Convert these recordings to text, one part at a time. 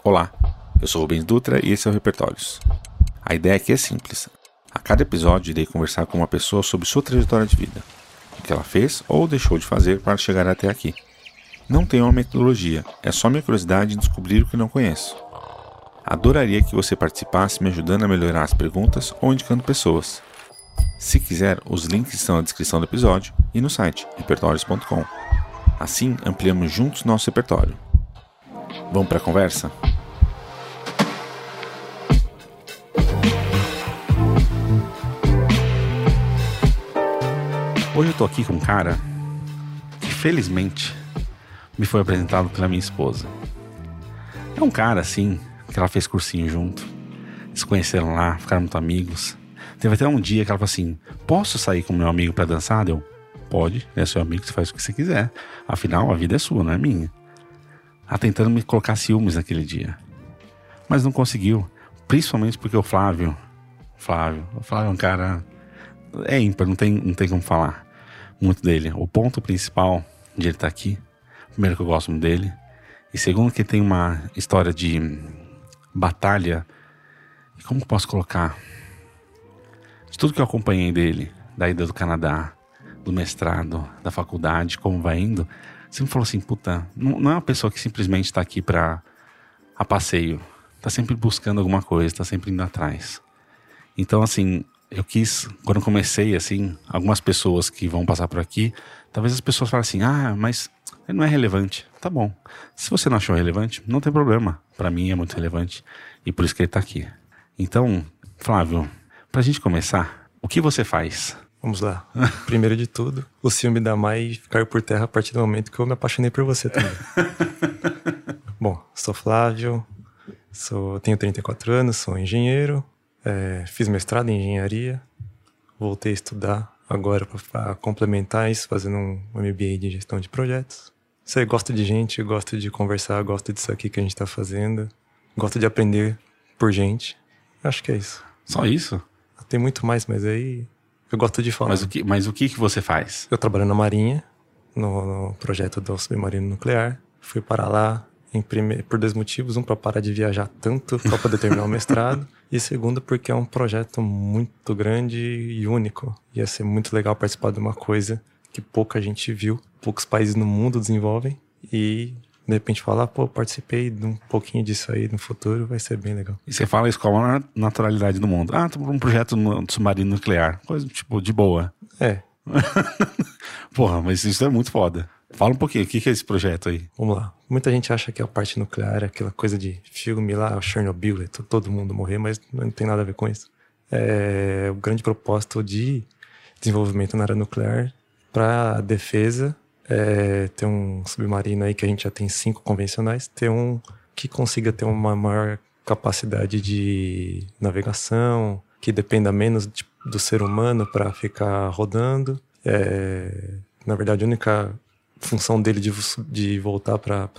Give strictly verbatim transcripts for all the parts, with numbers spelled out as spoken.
Olá, eu sou o Rubens Dutra e esse é o Repertórios. A ideia aqui é simples. A cada episódio irei conversar com uma pessoa sobre sua trajetória de vida, o que ela fez ou deixou de fazer para chegar até aqui. Não tenho uma metodologia, é só minha curiosidade em descobrir o que não conheço. Adoraria que você participasse me ajudando a melhorar as perguntas ou indicando pessoas. Se quiser, os links estão na descrição do episódio e no site repertórios ponto com. Assim, ampliamos juntos nosso repertório. Vamos para a conversa? Hoje eu tô aqui com um cara que felizmente me foi apresentado pela minha esposa. É um cara assim, que ela fez cursinho junto, se conheceram lá, ficaram muito amigos. Teve até um dia que ela falou assim: posso sair com meu amigo pra dançar? Eu, pode, é seu amigo, você faz o que você quiser. Afinal, a vida é sua, não é minha. Ela tentando me colocar ciúmes naquele dia, mas não conseguiu, principalmente porque o Flávio, Flávio, o Flávio é um cara, é ímpar, não tem, não tem como falar muito dele. O ponto principal de ele estar aqui, primeiro que eu gosto muito dele, e segundo que tem uma história de batalha, e como que eu posso colocar, de tudo que eu acompanhei dele, da ida do Canadá, do mestrado, da faculdade, como vai indo, você me falou assim, puta, não, não é uma pessoa que simplesmente está aqui para a passeio, está sempre buscando alguma coisa, está sempre indo atrás. Então assim, eu quis, quando eu comecei assim, algumas pessoas que vão passar por aqui, talvez as pessoas falem assim, ah, mas ele não é relevante. Tá bom, se você não achou relevante, não tem problema, para mim é muito relevante e por isso que ele está aqui. Então, Flávio, pra gente começar, o que você faz? Vamos lá. Primeiro de tudo, o ciúme da Mai caiu por terra a partir do momento que eu me apaixonei por você também. Bom, sou Flávio, sou, tenho trinta e quatro anos, sou engenheiro, é, fiz mestrado em engenharia, voltei a estudar agora para complementar isso, fazendo um M B A de gestão de projetos. Sei, gosto de gente, gosto de conversar, gosto disso aqui que a gente está fazendo, gosto de aprender por gente. Acho que é isso. Só isso? Tem muito mais, mas aí eu gosto de falar. Mas o que, mas o que, que você faz? Eu trabalho na Marinha, no, no projeto do submarino nuclear. Fui para lá em prime... por dois motivos. Um, para parar de viajar tanto, só para terminar o mestrado. E segundo, porque é um projeto muito grande e único. Ia ser muito legal participar de uma coisa que pouca gente viu. Poucos países no mundo desenvolvem. E de repente falar, pô, participei de um pouquinho disso aí no futuro, vai ser bem legal. E você fala isso com a maior naturalidade do mundo. Ah, tô por um projeto no, de submarino nuclear. Coisa, tipo, de boa. É. Porra, mas isso é muito foda. Fala um pouquinho, o que é esse projeto aí? Vamos lá. Muita gente acha que a parte nuclear é aquela coisa de filme lá, Chernobyl, é todo mundo morrer, mas não tem nada a ver com isso. É o grande propósito de desenvolvimento na área nuclear para defesa. É, ter um submarino aí que a gente já tem cinco convencionais, ter um que consiga ter uma maior capacidade de navegação, que dependa menos de, do ser humano para ficar rodando. É, na verdade, a única função dele de, de voltar para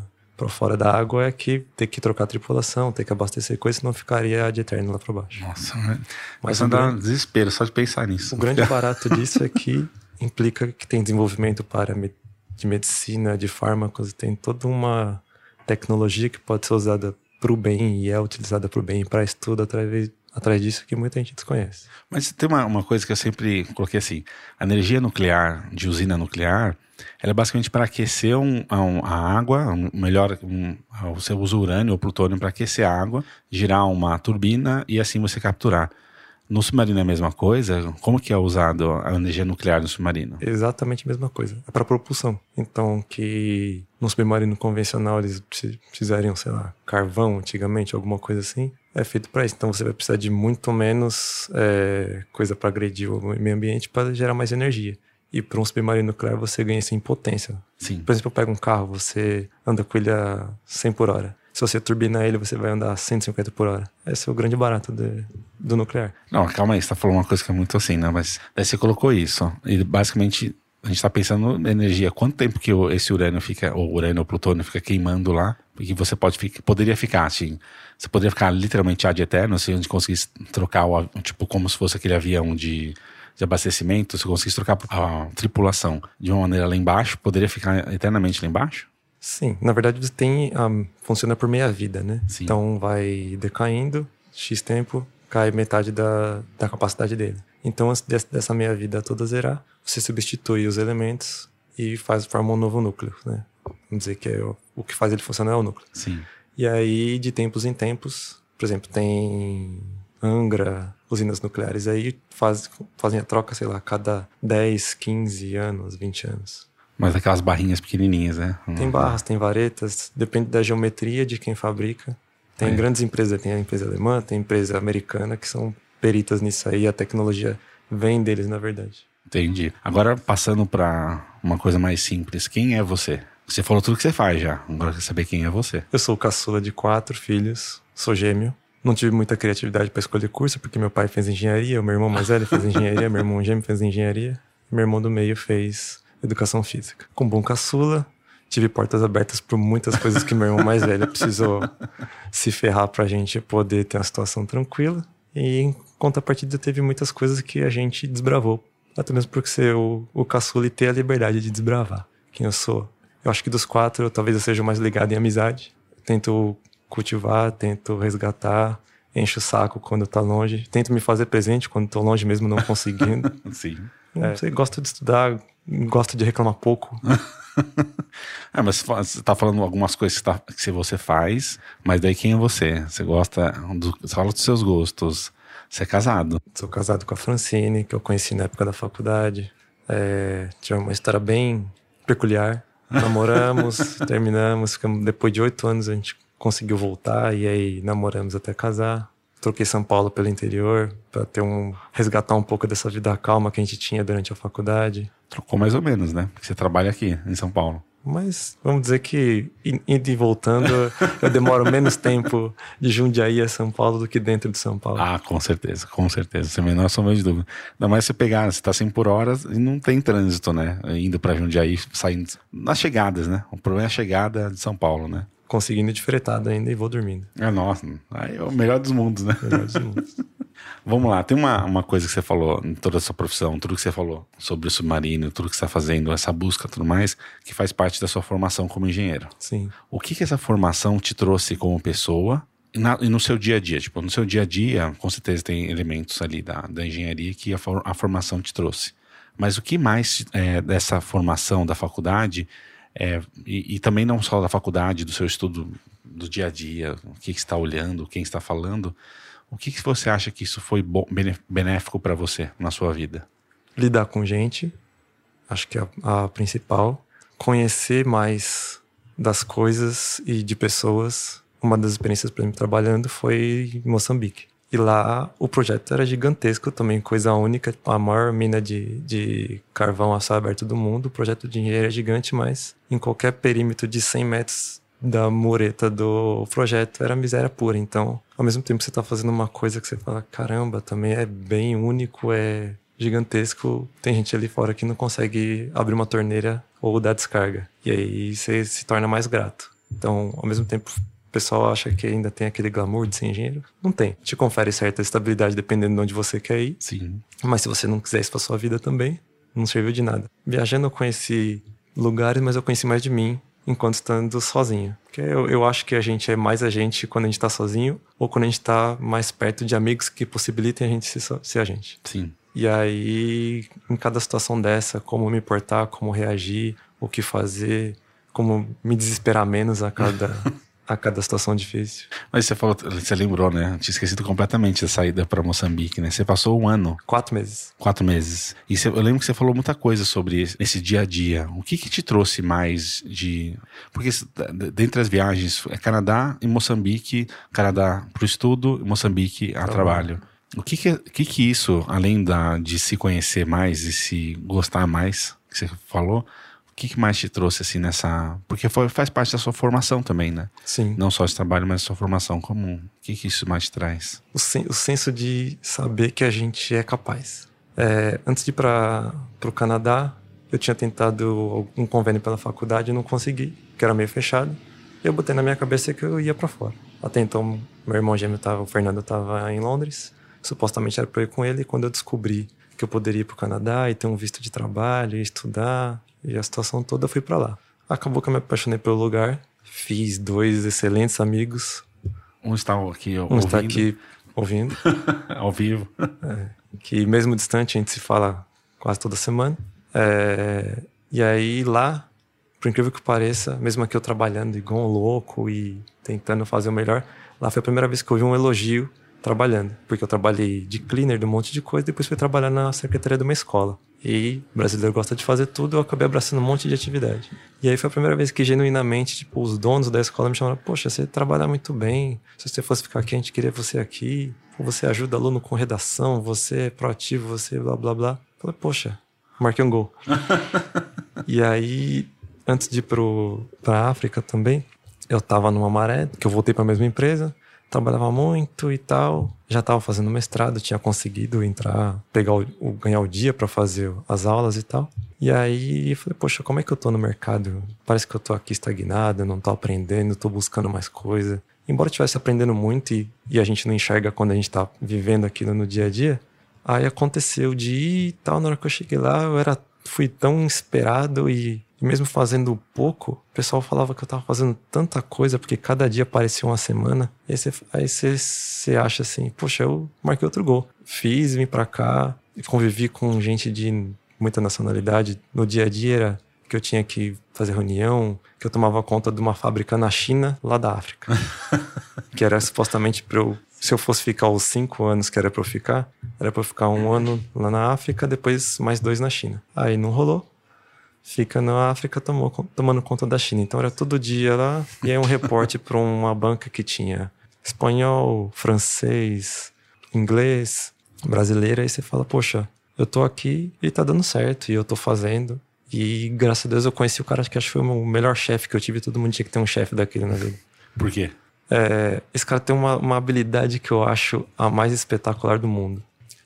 fora da água é que ter que trocar a tripulação, ter que abastecer coisas, senão ficaria de eterno lá para baixo. Nossa, mas, mas vai dar um desespero só de pensar nisso. O grande barato disso é que implica que tem desenvolvimento para me- de medicina, de fármacos, tem toda uma tecnologia que pode ser usada para o bem e é utilizada para o bem e para estudo através, atrás disso que muita gente desconhece. Mas tem uma, uma coisa que eu sempre coloquei assim, a energia nuclear, de usina nuclear, ela é basicamente para aquecer um, um, a água, um, melhor, um, você usa urânio ou plutônio para aquecer a água, girar uma turbina e assim você capturar. No submarino é a mesma coisa? Como que é usado a energia nuclear no submarino? Exatamente a mesma coisa. É para propulsão. Então, que no submarino convencional eles fizeriam, sei lá, carvão antigamente, alguma coisa assim, é feito para isso. Então você vai precisar de muito menos é, coisa para agredir o meio ambiente para gerar mais energia. E para um submarino nuclear você ganha isso em potência. Sim. Por exemplo, eu pego um carro, você anda com ele a cem por hora. Se você turbinar ele, você vai andar a cento e cinquenta por hora. Esse é o grande barato de, do nuclear. Não, calma aí, você tá falando uma coisa que é muito assim, né? Mas daí você colocou isso, ó. E basicamente, a gente tá pensando na energia. Quanto tempo que esse urânio fica, ou urânio ou plutônio fica queimando lá? Porque você pode, poderia ficar, assim, você poderia ficar literalmente ad eterno, se a gente conseguisse trocar, o, tipo, como se fosse aquele avião de... de abastecimento, se conseguisse trocar a tripulação de uma maneira lá embaixo, poderia ficar eternamente lá embaixo? Sim, na verdade você tem, um, funciona por meia-vida, né? Sim. Então vai decaindo, X tempo, cai metade da, da capacidade dele. Então antes dessa meia-vida toda zerar, você substitui os elementos e faz, forma um novo núcleo, né? Vamos dizer que é o, o que faz ele funcionar é o núcleo. Sim. E aí, de tempos em tempos, por exemplo, tem Angra, usinas nucleares, aí faz, fazem a troca, sei lá, cada dez, quinze anos, vinte anos. Mas aquelas barrinhas pequenininhas, né? Tem barras, tem varetas, depende da geometria de quem fabrica. Tem é. grandes empresas, tem a empresa alemã, tem a empresa americana, que são peritas nisso aí. A tecnologia vem deles, na verdade. Entendi. Agora, passando para uma coisa mais simples. Quem é você? Você falou tudo que você faz já. Agora eu quero saber quem é você. Eu sou o caçula de quatro filhos, sou gêmeo. Não tive muita criatividade para escolher curso, porque meu pai fez engenharia, o meu irmão mais velho fez engenharia, meu irmão gêmeo fez engenharia, meu irmão do meio fez educação física. Com bom caçula, tive portas abertas por muitas coisas que meu irmão mais velho precisou se ferrar pra gente poder ter uma situação tranquila. E em contrapartida teve muitas coisas que a gente desbravou. Até mesmo por ser o, o caçula e ter a liberdade de desbravar quem eu sou. Eu acho que dos quatro, talvez eu seja o mais ligado em amizade. Tento cultivar, tento resgatar, encho o saco quando tá longe. Tento me fazer presente quando tô longe mesmo não conseguindo. Sim. É, você gosta de estudar, gosta de reclamar pouco. É, mas você tá falando algumas coisas que, tá, que você faz, mas daí quem é você? Você gosta, do, você fala dos seus gostos. Você é casado? Sou casado com a Francine, que eu conheci na época da faculdade. É, tinha uma história bem peculiar. Namoramos, terminamos, ficamos, depois de oito anos a gente conseguiu voltar e aí namoramos até casar. Troquei São Paulo pelo interior para ter um resgatar um pouco dessa vida calma que a gente tinha durante a faculdade. Trocou mais ou menos, né? Porque você trabalha aqui em São Paulo. Mas vamos dizer que indo e voltando eu demoro menos tempo de Jundiaí a São Paulo do que dentro de São Paulo. Ah, com certeza, com certeza. Sem a menor sombra de dúvida. Ainda mais você pegar, você tá cem por hora e não tem trânsito, né? Indo pra Jundiaí, saindo nas chegadas, né? O problema é a chegada de São Paulo, né? Conseguindo de fretado ainda e vou dormindo. É, nossa, aí é o melhor dos mundos, né? Melhor dos mundos. Vamos lá, tem uma, uma coisa que você falou em toda a sua profissão, tudo que você falou sobre o submarino, tudo que você está fazendo, essa busca e tudo mais, que faz parte da sua formação como engenheiro. Sim. O que que essa formação te trouxe como pessoa e, na, e no seu dia a dia? Tipo, no seu dia a dia, com certeza tem elementos ali da, da engenharia que a, for, a formação te trouxe. Mas o que mais é, dessa formação da faculdade, é, e, e também não só da faculdade, do seu estudo do dia a dia, o que, que você está olhando, quem está falando... O que, que você acha que isso foi bom, benéfico para você na sua vida? Lidar com gente, acho que é a, a principal. Conhecer mais das coisas e de pessoas. Uma das experiências, por exemplo, trabalhando foi em Moçambique. E lá o projeto era gigantesco, também coisa única. A maior mina de, de carvão a céu aberto do mundo. O projeto de engenharia é gigante, mas em qualquer perímetro de cem metros da mureta do projeto era miséria pura. Então, ao mesmo tempo que você tá fazendo uma coisa que você fala, caramba, também é bem único, é gigantesco, tem gente ali fora que não consegue abrir uma torneira ou dar descarga. E aí você se torna mais grato. Então, ao mesmo tempo, o pessoal acha que ainda tem aquele glamour de ser engenheiro. Não tem. Te confere certa estabilidade dependendo de onde você quer ir. Sim. Mas se você não quiser isso pra sua vida também, não serviu de nada. Viajando eu conheci lugares, mas eu conheci mais de mim enquanto estando sozinho. Porque eu, eu acho que a gente é mais a gente quando a gente tá sozinho ou quando a gente tá mais perto de amigos que possibilitem a gente ser, ser a gente. Sim. E aí, em cada situação dessa, como me portar, como reagir, o que fazer, como me desesperar menos a cada, a cada situação difícil. Mas você falou, você lembrou, né? Eu tinha esquecido completamente da saída para Moçambique, né? Você passou um ano. Quatro meses. Quatro meses. E você, eu lembro que você falou muita coisa sobre esse, esse dia a dia. O que que te trouxe mais de... Porque dentre as viagens, é Canadá e Moçambique, Canadá pro estudo e Moçambique a trabalho. O que que, que que isso, além da, de se conhecer mais e se gostar mais, que você falou, o que que mais te trouxe assim nessa... Porque foi, faz parte da sua formação também, né? Sim. Não só esse trabalho, mas a sua formação comum. O que que isso mais te traz? O, sen, o senso de saber que a gente é capaz. É, antes de ir para o Canadá, eu tinha tentado um convênio pela faculdade e não consegui, que era meio fechado. Eu botei na minha cabeça que eu ia para fora. Até então, meu irmão gêmeo, tava, o Fernando, estava em Londres. Supostamente era para eu ir com ele. E quando eu descobri que eu poderia ir para o Canadá e ter um visto de trabalho e estudar... E a situação toda, eu fui pra lá. Acabou que eu me apaixonei pelo lugar. Fiz dois excelentes amigos. Um está aqui ouvindo. Um está aqui ouvindo. Ao vivo. É, que mesmo distante a gente se fala quase toda semana. É, e aí lá, por incrível que pareça, mesmo aqui eu trabalhando igual um louco e tentando fazer o melhor, lá foi a primeira vez que eu vi um elogio trabalhando. Porque eu trabalhei de cleaner, de um monte de coisa, depois fui trabalhar na secretaria de uma escola. E o brasileiro gosta de fazer tudo, eu acabei abraçando um monte de atividade. E aí foi a primeira vez que, genuinamente, tipo, os donos da escola me chamaram: poxa, você trabalha muito bem, se você fosse ficar aqui, a gente queria você aqui, você ajuda aluno com redação, você é proativo, você blá, blá, blá. Eu falei: poxa, marquei um gol. E aí, antes de ir pro, pra África também, eu tava numa maré, que eu voltei pra mesma empresa, trabalhava muito e tal, já estava fazendo mestrado, tinha conseguido entrar, pegar o, o, ganhar o dia para fazer as aulas e tal. E aí eu falei: poxa, como é que eu tô no mercado? Parece que eu tô aqui estagnado, não tô aprendendo, tô buscando mais coisa. Embora eu estivesse aprendendo muito e, e a gente não enxerga quando a gente tá vivendo aquilo no dia a dia, aí aconteceu de ir e tal. Na hora que eu cheguei lá, eu era, fui tão inspirado e mesmo fazendo pouco, o pessoal falava que eu tava fazendo tanta coisa, porque cada dia parecia uma semana. E aí você, aí você, você acha assim: poxa, eu marquei outro gol. Fiz, vim pra cá, convivi com gente de muita nacionalidade. No dia a dia era que eu tinha que fazer reunião, que eu tomava conta de uma fábrica na China, lá da África. Que era supostamente pra eu, se eu fosse ficar os cinco anos que era pra eu ficar, era pra eu ficar um ano lá na África, depois mais dois na China. Aí não rolou. Fica na África tomou, tomando conta da China. Então era todo dia lá. E aí um reporte para uma banca que tinha espanhol, francês, inglês, brasileira. E você fala: poxa, eu tô aqui e tá dando certo. E eu tô fazendo. E graças a Deus eu conheci o cara que acho que foi o melhor chefe que eu tive. Todo mundo tinha que ter um chefe daquele na vida. Por quê? É, esse cara tem uma, uma habilidade que eu acho a mais espetacular do mundo.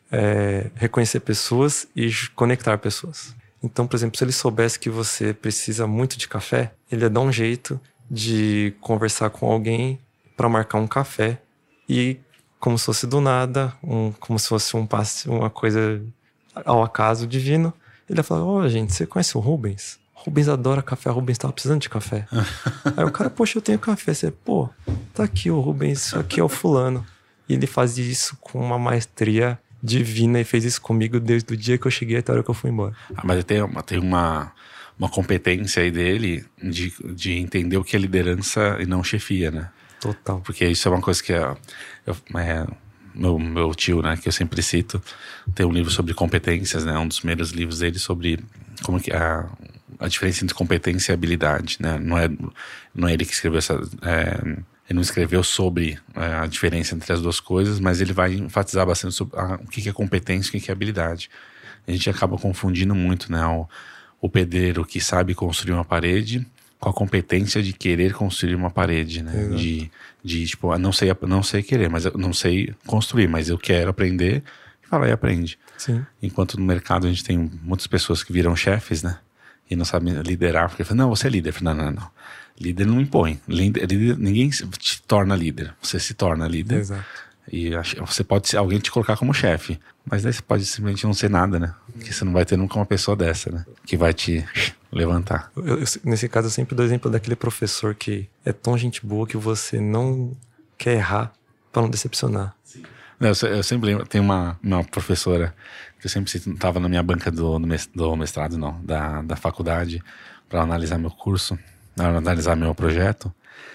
É reconhecer pessoas e conectar pessoas. Então, por exemplo, se ele soubesse que você precisa muito de café, ele ia dar um jeito de conversar com alguém para marcar um café e, como se fosse do nada, um, como se fosse um passe, uma coisa ao acaso divino, ele ia falar: ó, oh, gente, você conhece o Rubens? O Rubens adora café, o Rubens tava precisando de café. Aí o cara: poxa, eu tenho café. Você: pô, tá aqui o Rubens, isso aqui é o fulano. E ele fazia isso com uma maestria divina e fez isso comigo desde o dia que eu cheguei até a hora que eu fui embora. Ah, mas tem uma, tem uma, uma competência aí dele de, de entender o que é liderança e não chefia, né? Total. Porque isso é uma coisa que é, eu, é, meu, meu tio, né, que eu sempre cito, tem um livro sobre competências, né? Um dos primeiros livros dele sobre como que a, a diferença entre competência e habilidade, né? Não é, não é ele que escreveu essa... É, ele não escreveu sobre é, a diferença entre as duas coisas, mas ele vai enfatizar bastante sobre a, o que é competência e o que é habilidade. A gente acaba confundindo muito, né? O, o pedreiro que sabe construir uma parede com a competência de querer construir uma parede, né? Exato. De, de tipo, não sei, não sei querer, mas eu não sei construir, mas eu quero aprender. E vai lá e aprende. Sim. Enquanto no mercado a gente tem muitas pessoas que viram chefes, né? E não sabem liderar, porque falam: não, você é líder. Eu falo: não, não, não. Líder não impõe. Líder, líder, ninguém te torna líder. Você se torna líder. Exato. E você pode ser, alguém te colocar como chefe. Mas daí você pode simplesmente não ser nada, né? Porque você não vai ter nunca uma pessoa dessa, né? Que vai te levantar. Eu, eu, nesse caso, eu sempre dou o exemplo daquele professor que é tão gente boa que você não quer errar para não decepcionar. Sim. Eu, eu sempre lembro, tem uma, uma professora que eu sempre estava na minha banca do, do mestrado, não, da, da faculdade, para analisar meu curso, analisar meu projeto.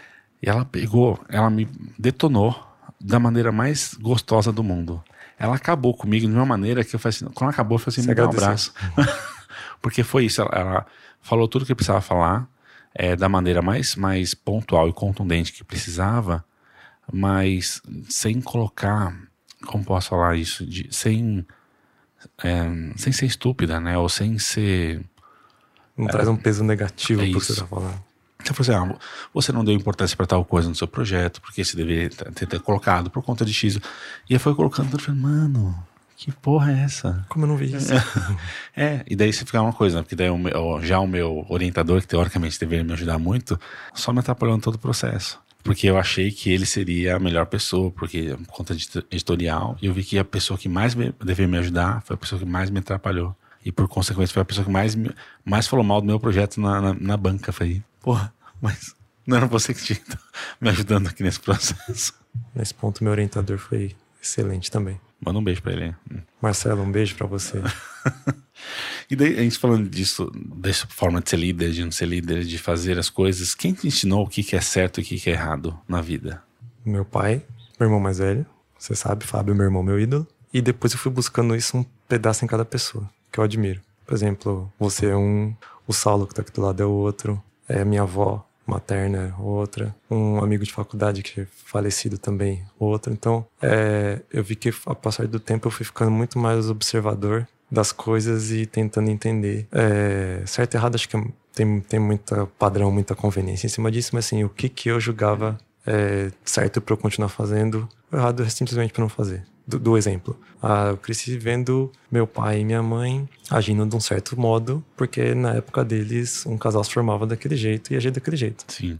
E ela pegou, ela me detonou da maneira mais gostosa do mundo. Ela acabou comigo de uma maneira que eu falei assim, quando acabou, eu falei assim: me dá um abraço. Porque foi isso, ela, ela falou tudo o que precisava falar, é, da maneira mais, mais pontual e contundente que precisava, mas sem colocar, como posso falar isso, de, sem, é, sem ser estúpida, né? Ou sem ser... Não é, traz um peso negativo é pro que você tá falando. Você falou assim: ah, você não deu importância para tal coisa no seu projeto, porque você deveria ter, ter colocado por conta de X. E aí foi colocando, eu falei: mano, que porra é essa? Como eu não vi isso? É, e daí você fica uma coisa, porque daí o meu, já o meu orientador, que teoricamente deveria me ajudar muito, só me atrapalhou em todo o processo. Porque eu achei que ele seria a melhor pessoa, porque por conta de editorial, e eu vi que a pessoa que mais me, deveria me ajudar foi a pessoa que mais me atrapalhou. E por consequência foi a pessoa que mais, mais falou mal do meu projeto na, na, na banca. Eu falei, porra, mas não era você que tinha me ajudando aqui nesse processo. Nesse ponto, meu orientador foi excelente também. Manda um beijo pra ele. Marcelo, um beijo pra você. E daí, a gente falando disso, dessa forma de ser líder, de não ser líder, de fazer as coisas, quem te ensinou o que, que é certo e o que, que é errado na vida? Meu pai, meu irmão mais velho, você sabe, Fábio, meu irmão, meu ídolo. E depois eu fui buscando isso um pedaço em cada pessoa, que eu admiro. Por exemplo, você é um, o Saulo que tá aqui do lado é o outro, é a minha avó materna é outra, um amigo de faculdade que é falecido também, outro. Então, é, eu vi que ao passar do tempo eu fui ficando muito mais observador das coisas e tentando entender. É, certo e errado, acho que tem, tem muita padrão, muita conveniência em cima disso, mas assim, o que que eu julgava é, certo pra eu continuar fazendo, o errado é simplesmente pra não fazer. Do, do exemplo, ah, eu cresci vendo meu pai e minha mãe agindo de um certo modo, porque na época deles um casal se formava daquele jeito e agia daquele jeito. Sim.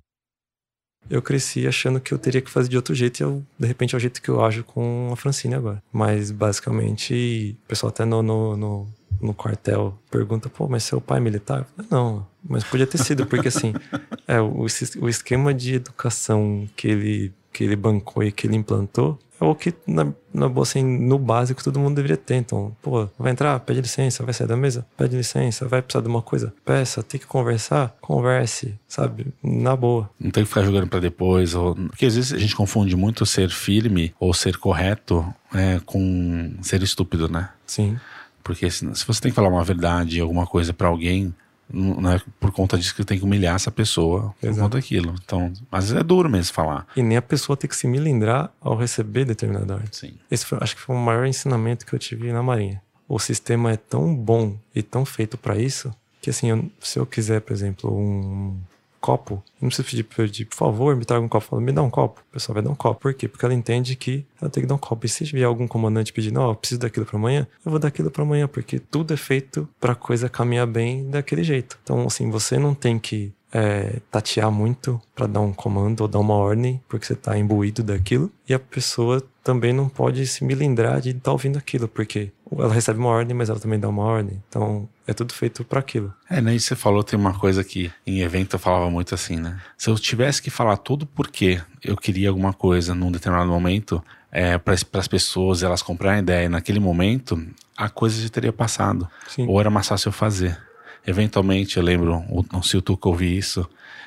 Eu cresci achando que eu teria que fazer de outro jeito e eu, de repente é o jeito que eu ajo com a Francine agora. Mas basicamente, o pessoal até no, no, no, no quartel pergunta, pô, mas seu pai é militar? Eu falei, não, mas podia ter sido, porque assim, é, o, o esquema de educação que ele, que ele bancou e que ele implantou é o que, na, na boa, assim, no básico, todo mundo deveria ter. Então, pô, vai entrar? Pede licença. Vai sair da mesa? Pede licença. Vai precisar de uma coisa? Peça. Tem que conversar? Converse, sabe? Na boa. Não tem que ficar jogando pra depois. Ou... Porque às vezes a gente confunde muito ser firme ou ser correto é, com ser estúpido, né? Sim. Porque se, se você tem que falar uma verdade, alguma coisa pra alguém, não é por conta disso que tem que humilhar essa pessoa por Exato. Conta daquilo. Então, às vezes é duro mesmo falar. E nem a pessoa tem que se milindrar ao receber determinada ordem. Sim. Esse foi, acho que foi o maior ensinamento que eu tive na Marinha. O sistema é tão bom e tão feito pra isso que, assim, eu, se eu quiser, por exemplo, um copo, eu não preciso pedir, pedir, por favor, me traga um copo. Eu falo, me dá um copo. O pessoal vai dar um copo. Por quê? Porque ela entende que ela tem que dar um copo. E se vier algum comandante pedindo, ó, oh, eu preciso daquilo pra amanhã, eu vou dar aquilo pra amanhã, porque tudo é feito pra coisa caminhar bem daquele jeito. Então, assim, você não tem que é, tatear muito pra dar um comando ou dar uma ordem, porque você tá imbuído daquilo. E a pessoa também não pode se milindrar de estar ouvindo aquilo, porque ela recebe uma ordem, mas ela também dá uma ordem. Então, é tudo feito pra aquilo. É, né? E você falou, tem uma coisa que em evento eu falava muito assim, né? Se eu tivesse que falar tudo porque eu queria alguma coisa num determinado momento, é, para as pessoas elas comprarem ideia naquele momento, a coisa já teria passado. Sim. Ou era mais fácil eu fazer. Eventualmente, eu lembro, não sei o tu que ouvi isso,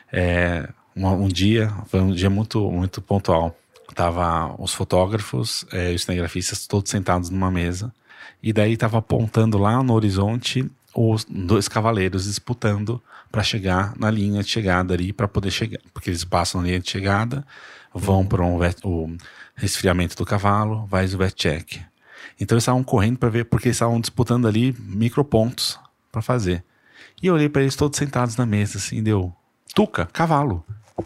é, um, um dia, foi um dia muito, muito pontual. Tava os fotógrafos é, e os cinegrafistas todos sentados numa mesa. E daí tava apontando lá no horizonte os dois cavaleiros disputando para chegar na linha de chegada ali, para poder chegar. Porque eles passam na linha de chegada, vão uhum. para um o resfriamento do cavalo, vai o vet check. Então eles estavam correndo para ver, porque eles estavam disputando ali micropontos para fazer. E eu olhei para eles todos sentados na mesa, assim, deu, tuca, cavalo.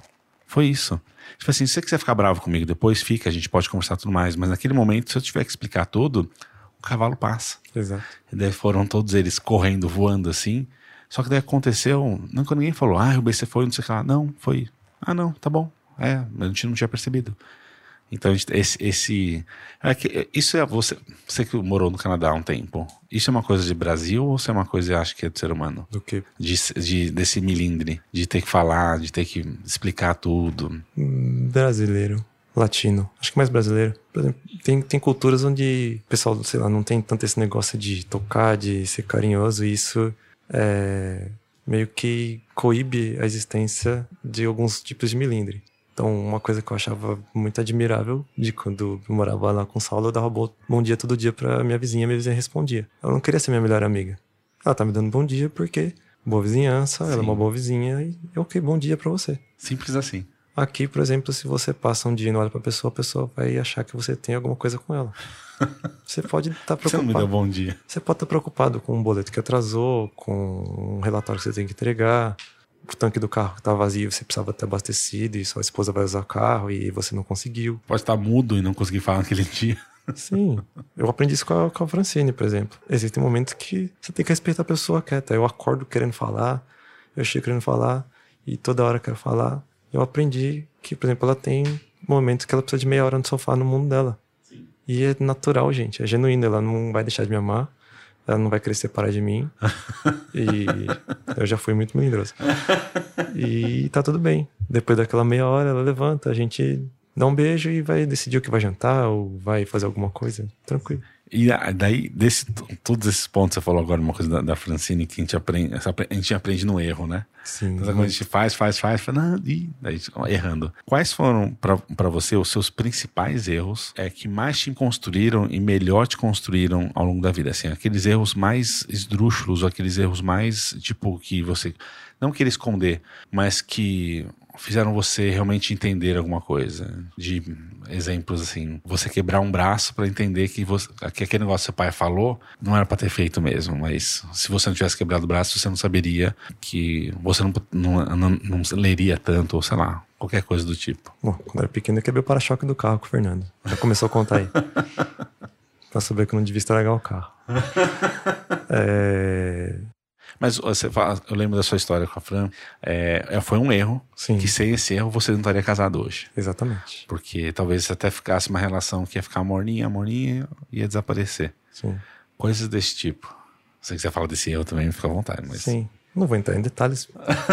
Foi isso. Tipo assim, se você quiser ficar bravo comigo depois, fica, a gente pode conversar tudo mais. Mas naquele momento, se eu tiver que explicar tudo, o cavalo passa. Exato. E daí foram todos eles correndo, voando assim. Só que daí aconteceu, nunca ninguém falou, ah, o B C foi, não sei o que lá. Não, foi, ah não, tá bom. É, a gente não tinha percebido. Então, esse, esse é que, isso é você, você que morou no Canadá há um tempo. Isso é uma coisa de Brasil ou isso é uma coisa, acho que é do ser humano? Do quê? De, de, desse milindre, de ter que falar, de ter que explicar tudo. Brasileiro, latino, acho que mais brasileiro. Por exemplo, tem, tem culturas onde o pessoal, sei lá, não tem tanto esse negócio de tocar, de ser carinhoso, e isso é, meio que coíbe a existência de alguns tipos de milindre. Então, uma coisa que eu achava muito admirável de quando eu morava lá com o Saulo, eu dava bom dia todo dia pra minha vizinha, minha vizinha respondia. Ela não queria ser minha melhor amiga. Ela tá me dando bom dia porque boa vizinhança, Sim. ela é uma boa vizinha e é ok, bom dia pra você. Simples assim. Aqui, por exemplo, se você passa um dia e não olha pra pessoa, a pessoa vai achar que você tem alguma coisa com ela. Você pode estar tá preocupado. Você não me deu bom dia. Você pode estar tá preocupado com um boleto que atrasou, com um relatório que você tem que entregar, o tanque do carro que tá vazio, você precisava ter abastecido e sua esposa vai usar o carro e você não conseguiu. Pode estar mudo e não conseguir falar naquele dia. Sim, eu aprendi isso com a, com a Francine, por exemplo. Existem momentos que você tem que respeitar a pessoa quieta. Eu acordo querendo falar, eu chego querendo falar e toda hora eu quero falar. Eu aprendi que, por exemplo, ela tem momentos que ela precisa de meia hora no sofá no mundo dela. Sim. E é natural, gente, é genuíno, ela não vai deixar de me amar. ela não vai querer separar de mim. E eu já fui muito melindroso. E tá tudo bem. Depois daquela meia hora, ela levanta, a gente dá um beijo e vai decidir o que vai jantar ou vai fazer alguma coisa. Tranquilo. E daí, desse, todos esses pontos, você falou agora uma coisa da, da Francine que a gente aprende, a gente aprende no erro, né? Sim. Então, quando a gente faz, faz, faz, faz não, e daí, errando. Quais foram para você os seus principais erros é, que mais te construíram e melhor te construíram ao longo da vida? Assim, aqueles erros mais esdrúxulos, aqueles erros mais, tipo, que você não queria esconder, mas que fizeram você realmente entender alguma coisa. De exemplos assim, você quebrar um braço para entender que, você, que aquele negócio que seu pai falou não era para ter feito mesmo, mas se você não tivesse quebrado o braço, você não saberia, que você não, não, não, não leria tanto, ou sei lá, qualquer coisa do tipo. Bom, quando eu era pequeno eu quebrei o para-choque do carro com o Fernando. Já começou a contar aí. Pra saber que eu não devia estragar o carro. É... Mas você fala, eu lembro da sua história com a Fran, é, foi um erro. Sim. Que sem esse erro você não estaria casado hoje. Exatamente. Porque talvez você até ficasse uma relação que ia ficar morninha, morninha, ia desaparecer. Sim. Coisas desse tipo. Se você quiser falar desse erro também, fica à vontade. Mas... Sim, não vou entrar em detalhes,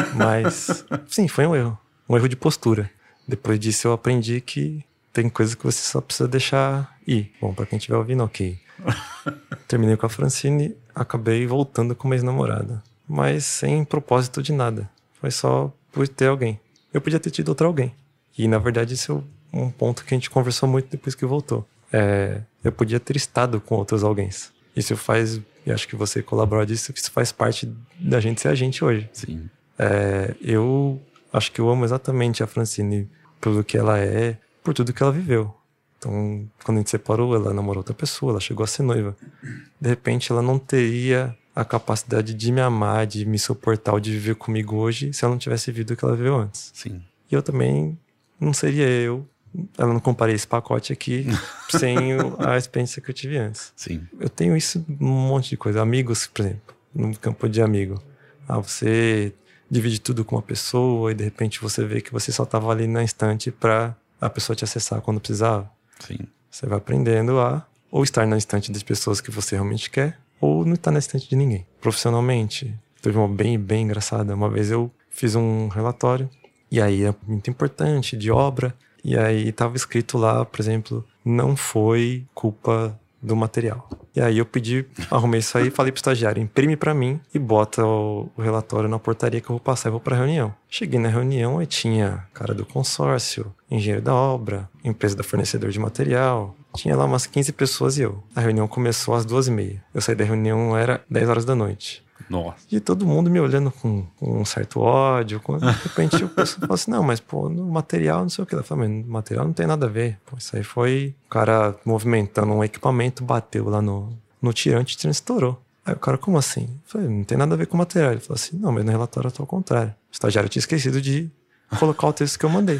mas sim, foi um erro. Um erro de postura. Depois disso eu aprendi que tem coisas que você só precisa deixar ir. Bom, pra quem estiver ouvindo, ok. Terminei com a Francine, acabei voltando com uma ex-namorada. Mas sem propósito de nada. Foi só por ter alguém. Eu podia ter tido outro alguém. E na verdade esse é um ponto que a gente conversou muito depois que voltou. É, eu podia ter estado com outros alguém. Isso faz, e acho que você colaborou disso, que isso faz parte da gente ser a gente hoje. Sim. É, eu acho que eu amo exatamente a Francine pelo que ela é, por tudo que ela viveu. Então, quando a gente separou, ela namorou outra pessoa, ela chegou a ser noiva. De repente, ela não teria a capacidade de me amar, de me suportar ou de viver comigo hoje se ela não tivesse vivido o que ela viveu antes. Sim. E eu também não seria eu. Ela não comparei esse pacote aqui sem a experiência que eu tive antes. Sim. Eu tenho isso um monte de coisa. Amigos, por exemplo, no campo de amigo. Ah, você divide tudo com uma pessoa e de repente você vê que você só estava ali na instante para a pessoa te acessar quando precisava. Sim. Você vai aprendendo a ou estar na instante das pessoas que você realmente quer ou não estar na instante de ninguém. Profissionalmente, teve uma bem, bem engraçada. Uma vez eu fiz um relatório e aí é muito importante, de obra, e aí estava escrito lá, por exemplo, não foi culpa do material. E aí eu pedi, arrumei isso aí e falei pro estagiário, imprime pra mim e bota o, o relatório na portaria que eu vou passar e vou pra reunião. Cheguei na reunião e tinha cara do consórcio, engenheiro da obra, empresa da fornecedor de material. Tinha lá umas quinze pessoas e eu. A reunião começou às duas e meia. Eu saí da reunião, era dez horas da noite. Nossa. E todo mundo me olhando com, com um certo ódio. Com... De repente o pessoal falou assim, não, mas pô, no material não sei o que. Ela falou, mas no material não tem nada a ver. Pô, isso aí foi o cara movimentando um equipamento, bateu lá no, no tirante e estourou. Aí o cara, como assim? Eu falei, não tem nada a ver com o material. Ele falou assim, não, mas no relatório eu tô ao contrário. O estagiário tinha esquecido de colocar o texto que eu mandei.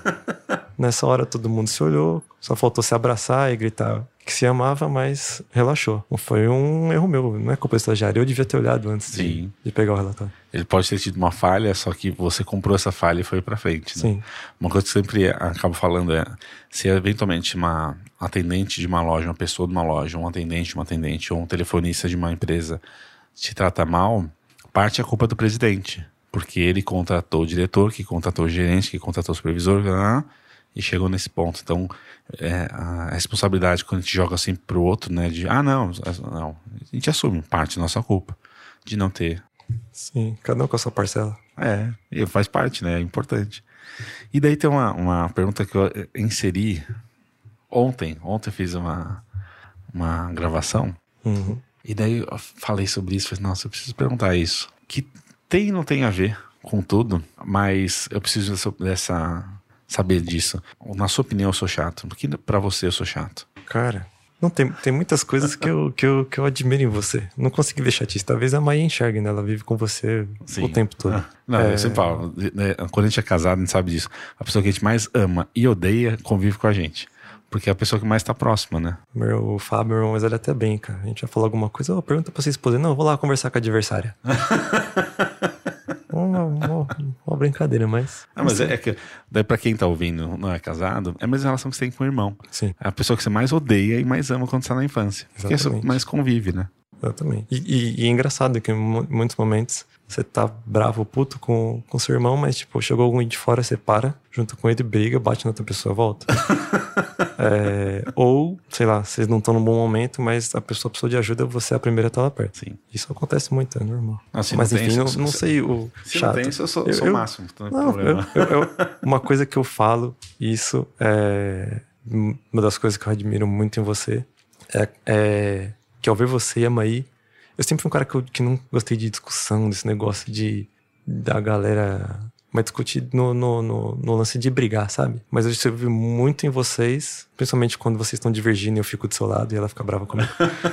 Nessa hora todo mundo se olhou, só faltou se abraçar e gritar que se amava, mas relaxou. Foi um erro meu, não é culpa do estagiário. Eu devia ter olhado antes de, de pegar o relatório. Ele pode ter tido uma falha, só que você comprou essa falha e foi pra frente, né? Sim. Uma coisa que eu sempre acabo falando é, se eventualmente uma atendente de uma loja, uma pessoa de uma loja, um atendente de uma atendente ou um telefonista de uma empresa te trata mal, parte é culpa do presidente. Porque ele contratou o diretor, que contratou o gerente, que contratou o supervisor, e chegou nesse ponto. Então, é, a responsabilidade quando a gente joga assim pro outro, né, de, ah, não, não, a gente assume parte da nossa culpa de não ter. Sim, cada um com a sua parcela. É, e faz parte, né, é importante. E daí tem uma, uma pergunta que eu inseri ontem, ontem eu fiz uma, uma gravação, uhum. E daí eu falei sobre isso, falei, nossa, eu preciso perguntar isso, que tem e não tem a ver com tudo, mas eu preciso dessa, dessa saber disso. Na sua opinião, eu sou chato. Por que pra você eu sou chato? Cara, não tem, tem muitas coisas que eu, que, eu, que eu admiro em você. Não consegui ver chatice. Talvez a Maia enxergue, né? Ela vive com você Sim. o tempo todo. Não, é... eu sempre falo, né, quando a gente é casado, a gente sabe disso. A pessoa que a gente mais ama e odeia convive com a gente. Porque é a pessoa que mais tá próxima, né? Meu Fábio, meu irmão, mas ele até bem, cara. A gente vai falar alguma coisa, oh, pergunta pra sua esposa. Não, eu vou lá conversar com a adversária. uma, uma, uma brincadeira, mas... Ah, mas é, é que, daí pra quem tá ouvindo, não é casado, é a mesma relação que você tem com o irmão. Sim. É a pessoa que você mais odeia e mais ama quando você tá na infância. Exatamente. Porque você mais convive, né? Exatamente. E, e, e é engraçado que em muitos momentos você tá bravo, puto com, com seu irmão, mas, tipo, chegou alguém de fora, você para, junto com ele, briga, bate na outra pessoa, volta. é, ou, sei lá, vocês não estão num bom momento, mas a pessoa precisou de ajuda, você é a primeira a estar lá perto. Sim. Isso acontece muito, é normal. Não, se mas, não enfim, tem, não, se, não se, sei o se chato. não tem, eu sou, eu, sou eu, o máximo, não tem não, problema. Eu, eu, eu, uma coisa que eu falo, isso é uma das coisas que eu admiro muito em você, é, é que ao ver você e a Maí, eu sempre fui um cara que, eu, que não gostei de discussão, desse negócio de da galera, mas discutir no, no, no, no lance de brigar, sabe? Mas eu já vi muito em vocês, principalmente quando vocês estão divergindo e eu fico do seu lado e ela fica brava comigo.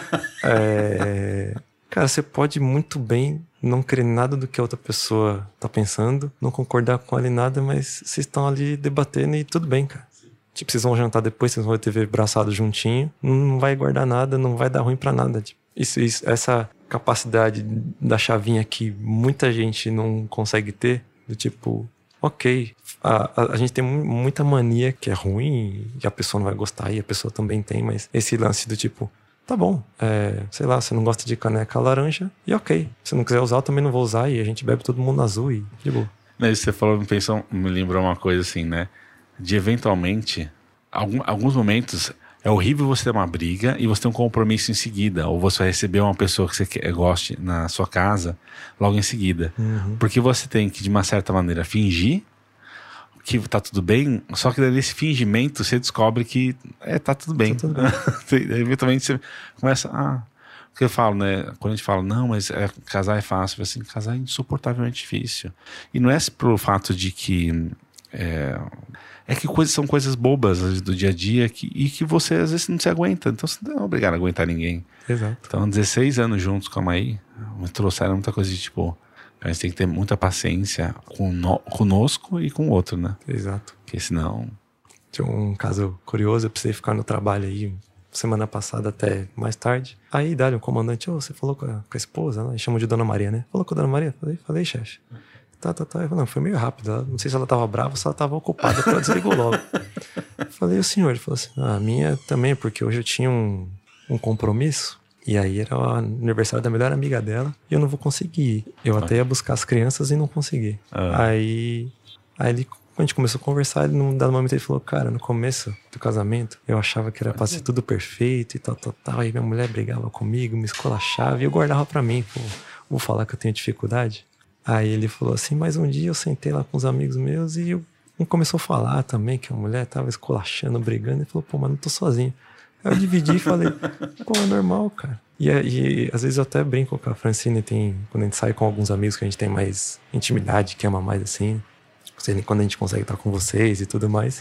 é, cara, você pode muito bem não querer nada do que a outra pessoa tá pensando, não concordar com ela em nada, mas vocês estão ali debatendo e tudo bem, cara. Tipo, vocês vão jantar depois, vocês vão ter ver braçado juntinho, não vai guardar nada, não vai dar ruim pra nada. Tipo, isso, isso, essa capacidade da chavinha que muita gente não consegue ter, do tipo, ok, a, a, a gente tem muita mania que é ruim e a pessoa não vai gostar e a pessoa também tem, mas esse lance do tipo, tá bom, é, sei lá, você não gosta de caneca laranja e ok, se não quiser usar eu também não vou usar e a gente bebe todo mundo azul e de boa. Mas você falou, me pensou, me lembrou uma coisa assim, né? De eventualmente, algum, alguns momentos é horrível você ter uma briga e você ter um compromisso em seguida, ou você vai receber uma pessoa que você quer, goste na sua casa logo em seguida. Uhum. Porque você tem que, de uma certa maneira, fingir que tá tudo bem, só que nesse fingimento você descobre que é, tá tudo bem. Tá tudo bem. Eventualmente você começa, ah, o que eu falo, né? Quando a gente fala, não, mas é, casar é fácil, assim, casar é insuportavelmente difícil. E não é pelo fato de que é, é que coisas, são coisas bobas do dia a dia que, e que você às vezes não se aguenta. Então você não é obrigado a aguentar ninguém. Exato. Então, dezesseis anos juntos com a Maí, me trouxeram muita coisa de tipo, a gente tem que ter muita paciência com no, conosco e com o outro, né? Exato. Porque senão... Tinha um caso curioso, eu precisei ficar no trabalho aí semana passada até mais tarde. Aí, dali, o comandante, oh, você falou com a, com a esposa, né? Chamam de Dona Maria, né? Falou com a Dona Maria? Falei, falei, chefe. Tá, tá, tá. Eu falei, não, foi meio rápido. Ela, não sei se ela tava brava ou se ela tava ocupada, porque ela desligou logo. Falei, o senhor? Ele falou assim, ah, a minha também, porque hoje eu tinha um, um compromisso. E aí era o aniversário da melhor amiga dela e eu não vou conseguir ir. Eu ah. até ia buscar as crianças e não consegui. Ah. Aí, aí ele, quando a gente começou a conversar, ele num dado momento ele falou, cara, no começo do casamento eu achava que era pra ser tudo perfeito e tal, tal, tal. Aí minha mulher brigava comigo, me esculachava e eu guardava pra mim. Pô, vou falar que eu tenho dificuldade? Aí ele falou assim, mas um dia eu sentei lá com os amigos meus e eu, um começou a falar também que a mulher tava esculachando, brigando. E falou, pô, mas não tô sozinho. Aí eu dividi e falei, pô, é normal, cara. E, e às vezes eu até brinco com a Francine, tem, quando a gente sai com alguns amigos que a gente tem mais intimidade, que ama mais assim, quando a gente consegue estar com vocês e tudo mais,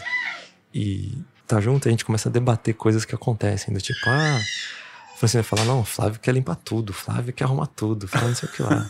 e tá junto, a gente começa a debater coisas que acontecem, do tipo, ah, a Francine vai falar, não, o Flávio quer limpar tudo, o Flávio quer arrumar tudo, Flávio não sei o que lá.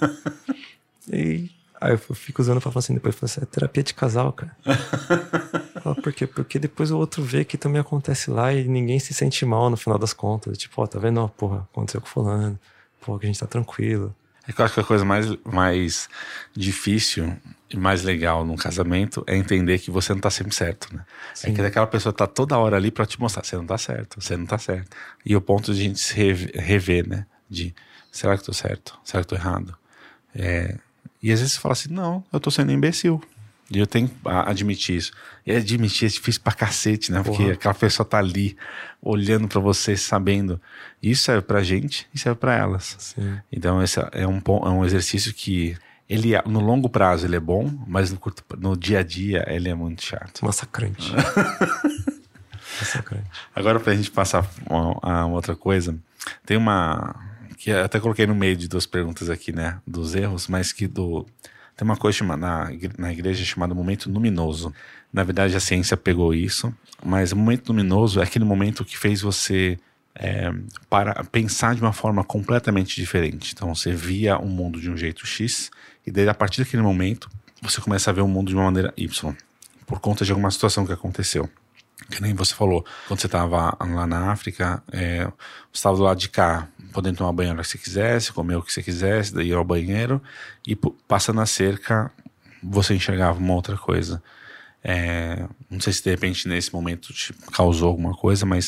E aí eu fico usando pra falar assim, depois eu falo assim, é terapia de casal, cara. Por quê? Porque depois o outro vê que também acontece lá e ninguém se sente mal no final das contas. Tipo, ó, tá vendo? Ó, porra, aconteceu com fulano. Pô, que a gente tá tranquilo. É que eu acho que a coisa mais, mais difícil e mais legal num casamento é entender que você não tá sempre certo, né? Sim. É que aquela pessoa tá toda hora ali pra te mostrar, você não tá certo, você não tá certo. E o ponto de a gente se rever, rever, né? De, será que eu tô certo? Será que eu tô errado? É... E às vezes você fala assim, não, eu tô sendo imbecil. E eu tenho que admitir isso. E admitir é difícil pra cacete, né? Porque Porra. aquela pessoa tá ali, olhando pra você, sabendo. Isso serve pra gente e serve pra elas. Sim. Então esse é um, é um exercício que, ele no longo prazo ele é bom, mas no, curto, no dia a dia ele é muito chato. Massacrante. Massacrante. Agora pra gente passar a uma outra coisa, tem uma... que eu até coloquei no meio de duas perguntas aqui, né? Dos erros, mas que do... Tem uma coisa chamada, na, na igreja chamada momento luminoso. Na verdade, a ciência pegou isso, mas o momento luminoso é aquele momento que fez você é, para pensar de uma forma completamente diferente. Então, você via o mundo de um jeito X, e daí, a partir daquele momento, você começa a ver o mundo de uma maneira Y, por conta de alguma situação que aconteceu. Que nem você falou, quando você estava lá na África, é, você estava do lado de cá, podendo tomar banho a hora que você quisesse, comer o que você quisesse, daí ir ao banheiro, e passando a cerca, você enxergava uma outra coisa. É, não sei se de repente nesse momento te causou alguma coisa, mas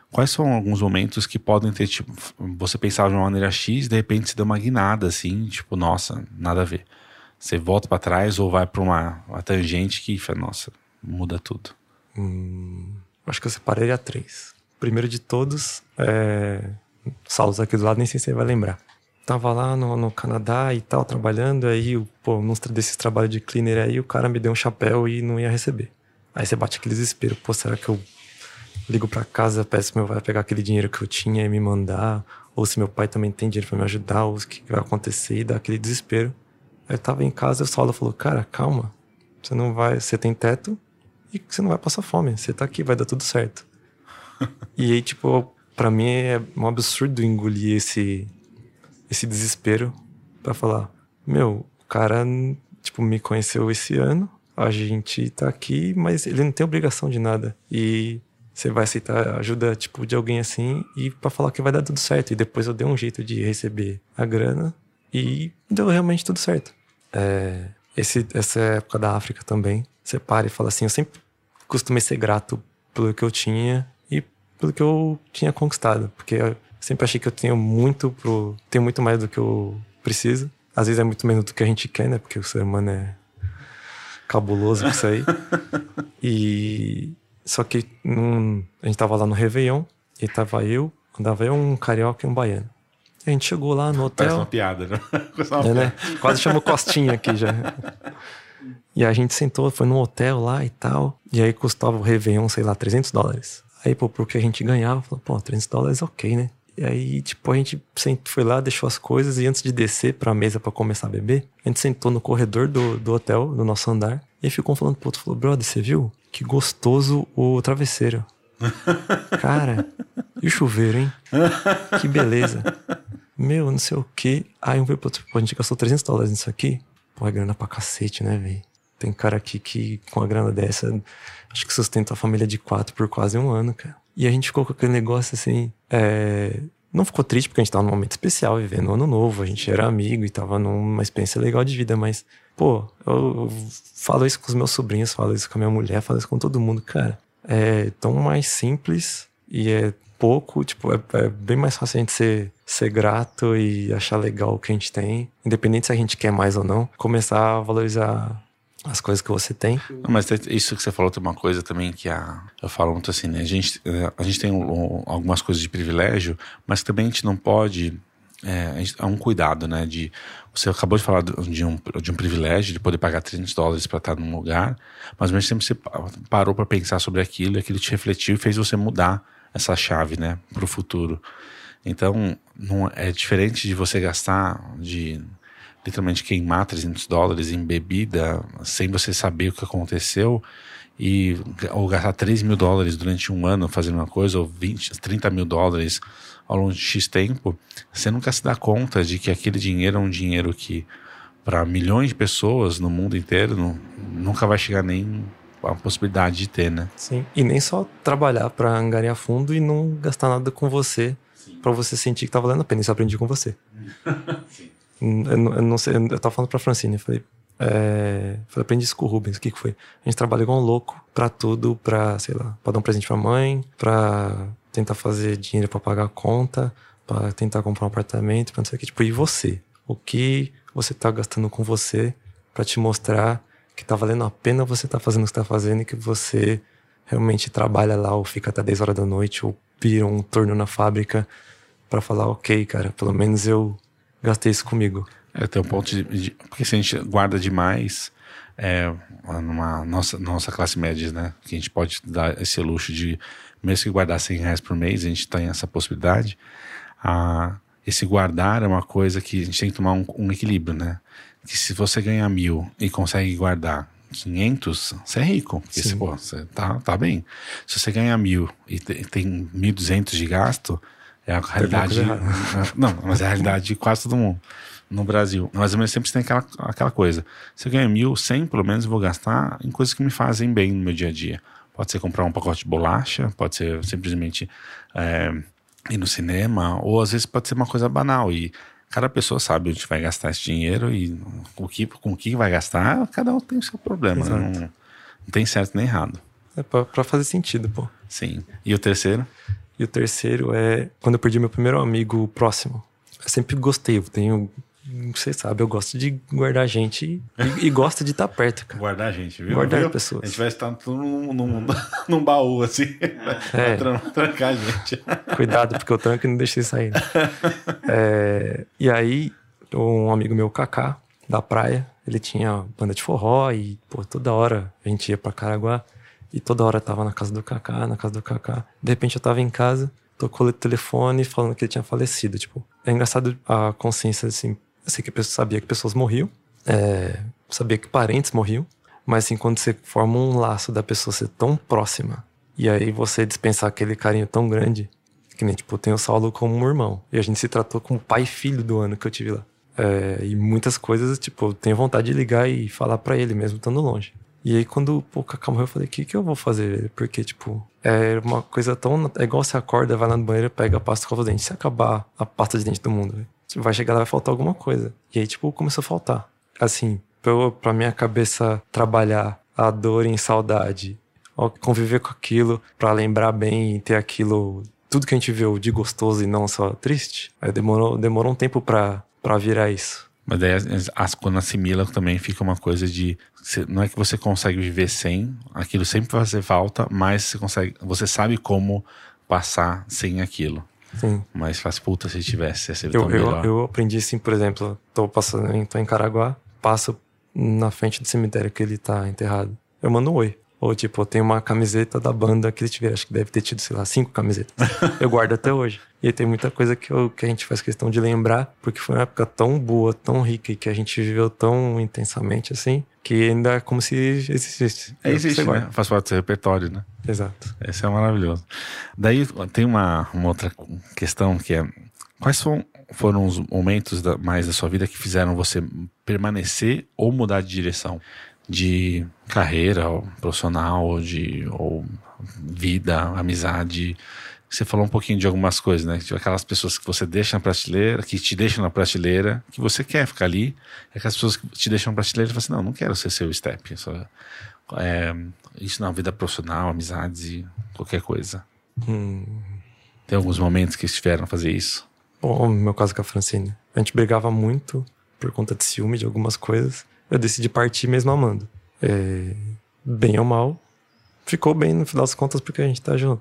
quais são alguns momentos que podem ter, tipo, você pensava de uma maneira X, de repente você deu uma guinada, assim, tipo, nossa, nada a ver. Você volta pra trás ou vai pra uma, uma tangente que, nossa, muda tudo. Hum, acho que eu separaria três. Primeiro de todos, é... Saulos aqui do lado, nem sei se você vai lembrar. Tava lá no, no Canadá e tal, trabalhando, aí, pô, num desses trabalhos de cleaner aí, o cara me deu um chapéu e não ia receber. Aí você bate aquele desespero, pô, será que eu ligo pra casa, peço pro meu pai pegar aquele dinheiro que eu tinha e me mandar, ou se meu pai também tem dinheiro pra me ajudar, ou o que vai acontecer, e dá aquele desespero. Aí eu tava em casa e o Saulo falou, cara, calma, você não vai, você tem teto e você não vai passar fome, você tá aqui, vai dar tudo certo. E aí, tipo, pra mim é um absurdo engolir esse, esse desespero pra falar, meu, o cara, tipo, me conheceu esse ano, a gente tá aqui, mas ele não tem obrigação de nada. E você vai aceitar a ajuda, tipo, de alguém assim e pra falar que vai dar tudo certo. E depois eu dei um jeito de receber a grana e deu realmente tudo certo. É, esse, essa época da África também, você para e fala assim, eu sempre costumei ser grato pelo que eu tinha e pelo que eu tinha conquistado. Porque eu sempre achei que eu tenho muito pro... tenho muito mais do que eu preciso. Às vezes é muito menos do que a gente quer, né? Porque o ser humano é cabuloso com isso aí. E... Só que num, a gente tava lá no Réveillon, e tava eu, andava eu, um carioca e um baiano. E a gente chegou lá no hotel... Parece uma piada, né? Uma é, né? Quase chamou Costinha aqui já. E a gente sentou, foi num hotel lá e tal. E aí custava o Réveillon, sei lá, trezentos dólares. Aí, pô, porque a gente ganhava, falou, pô, trezentos dólares ok, né? E aí, tipo, a gente foi lá, deixou as coisas e antes de descer pra mesa pra começar a beber, a gente sentou no corredor do, do hotel, do nosso andar, e ficou falando pro outro, falou, brother, você viu? Que gostoso o travesseiro. Cara, e o chuveiro, hein? Que beleza. Meu, não sei o quê. Aí um veio pro outro, pô, a gente gastou trezentos dólares nisso aqui. Pô, é grana pra cacete, né, velho? Tem cara aqui que com a grana dessa, acho que sustenta a família de quatro por quase um ano, cara. E a gente ficou com aquele negócio assim, é... não ficou triste porque a gente tava num momento especial, vivendo um ano novo, a gente era amigo e tava numa experiência legal de vida, mas, pô, eu falo isso com os meus sobrinhos, falo isso com a minha mulher, falo isso com todo mundo, cara. É tão mais simples e é pouco, tipo, é, é bem mais fácil a gente ser, ser grato e achar legal o que a gente tem, independente se a gente quer mais ou não, começar a valorizar as coisas que você tem. Não, mas isso que você falou tem uma coisa também que a, eu falo muito assim, né? A gente, a gente tem um, algumas coisas de privilégio, mas também a gente não pode... É, há um cuidado, né? De, você acabou de falar de um, de um privilégio de poder pagar trezentos dólares para estar num lugar, mas ao mesmo tempo você parou para pensar sobre aquilo e aquilo te refletiu e fez você mudar essa chave, né? Para o futuro. Então, não, é diferente de você gastar, de literalmente queimar trezentos dólares em bebida sem você saber o que aconteceu, e, ou gastar três mil dólares durante um ano fazendo uma coisa, ou vinte, trinta mil dólares ao longo de X tempo, você nunca se dá conta de que aquele dinheiro é um dinheiro que para milhões de pessoas no mundo inteiro não, nunca vai chegar nem a possibilidade de ter, né? Sim, e nem só trabalhar para angariar fundo e não gastar nada com você, para você sentir que tá valendo a pena. Isso eu aprendi com você. Sim. Eu, eu não sei, eu tava falando pra Francine, eu falei, é, falei, aprendi isso com o Rubens, o que que foi? A gente trabalha igual um louco pra tudo, pra, sei lá, pra dar um presente pra mãe, pra tentar fazer dinheiro pra pagar a conta, pra tentar comprar um apartamento, pra não sei o que, tipo, e você? O que você tá gastando com você pra te mostrar que tá valendo a pena você tá fazendo o que você tá fazendo e que você realmente trabalha lá ou fica até dez horas da noite ou vira um turno na fábrica pra falar, ok, cara, pelo menos eu gastei isso comigo. É, tem um ponto de, de... Porque se a gente guarda demais, é, numa nossa, nossa classe média, né? Que a gente pode dar esse luxo de, mesmo que guardar cem reais por mês, a gente tem essa possibilidade. Ah, esse guardar é uma coisa que a gente tem que tomar um, um equilíbrio, né? Que se você ganhar mil e consegue guardar quinhentos, você é rico. Porque se, pô, você tá, tá bem. Se você ganhar mil e te, tem mil e duzentos de gasto, é a realidade... Não, mas é a realidade de quase todo mundo no Brasil. Mas ao mesmo tempo você tem aquela, aquela coisa. Se eu ganho mil, cem pelo menos eu vou gastar em coisas que me fazem bem no meu dia a dia. Pode ser comprar um pacote de bolacha, pode ser simplesmente é, ir no cinema, ou às vezes pode ser uma coisa banal. E cada pessoa sabe onde vai gastar esse dinheiro e com o que, com o que vai gastar, cada um tem o seu problema. Não, não tem certo nem errado. É pra, pra fazer sentido, pô. Sim. E o terceiro? E o terceiro é quando eu perdi meu primeiro amigo próximo. Eu sempre gostei, eu tenho... Você sabe, eu gosto de guardar gente e, e gosto de estar perto, cara. Guardar gente, viu? Guardar viu? pessoas. A gente vai estar tudo num, num, num baú, assim. É. Pra trancar a gente. Cuidado, porque eu tranco e não deixei sair. Né? É, e aí, um amigo meu, Kaká, da praia, ele tinha banda de forró e, pô, toda hora a gente ia pra Caraguá e toda hora tava na casa do Kaká, na casa do Kaká. De repente eu tava em casa, tocou o telefone falando que ele tinha falecido, tipo. É engraçado a consciência, assim, eu sei que a pessoa sabia que pessoas morriam, é, sabia que parentes morriam, mas assim, quando você forma um laço da pessoa ser tão próxima, e aí você dispensar aquele carinho tão grande, que nem, tipo, tem o Saulo como um irmão, e a gente se tratou como pai e filho do ano que eu tive lá. É, e muitas coisas, tipo, eu tenho vontade de ligar e falar pra ele mesmo, estando longe. E aí, quando pô, o Kaká morreu, eu falei, o que que eu vou fazer? Porque, tipo, é uma coisa tão... É igual você acorda, vai lá no banheiro, pega a pasta e escova os dentes. Se acabar a pasta de dente do mundo, véio, vai chegar lá, vai faltar alguma coisa. E aí, tipo, começou a faltar. Assim, pra, eu, pra minha cabeça trabalhar a dor em saudade, conviver com aquilo, pra lembrar bem e ter aquilo... Tudo que a gente viu de gostoso e não só triste. Aí demorou, demorou um tempo pra, pra virar isso. Mas daí, as, quando assimila, também fica uma coisa de... Não é que você consegue viver sem, aquilo sempre vai fazer falta, mas você consegue, você sabe como passar sem aquilo. Sim. Mas faz, puta, se tivesse, ia ser eu, tão melhor. Eu, eu aprendi assim, por exemplo, tô passando, tô em Caraguá, passo na frente do cemitério que ele tá enterrado. Eu mando um oi. Ou tipo, eu tenho uma camiseta da banda que ele tiver, acho que deve ter tido, sei lá, cinco camisetas. Eu guardo até hoje. E aí tem muita coisa que, eu, que a gente faz questão de lembrar, porque foi uma época tão boa, tão rica e que a gente viveu tão intensamente assim, que ainda é como se existisse. É, existe, né? Faz parte do seu repertório, né? Exato. Esse é maravilhoso. Daí tem uma, uma outra questão que é, quais foram, foram os momentos da, mais da sua vida que fizeram você permanecer ou mudar de direção? De carreira, ou profissional, ou de ou vida, amizade. Você falou um pouquinho de algumas coisas, né? De aquelas pessoas que você deixa na prateleira, que te deixam na prateleira, que você quer ficar ali. E aquelas pessoas que te deixam na prateleira e falam assim, não, não quero ser seu step. Só, é, isso na vida profissional, amizades e qualquer coisa. Hum. Tem alguns momentos que estiveram a fazer isso? Bom, no meu caso com a Francine. A gente brigava muito por conta de ciúme de algumas coisas. Eu decidi partir mesmo amando. É, bem ou mal, ficou bem no final das contas porque a gente tá junto.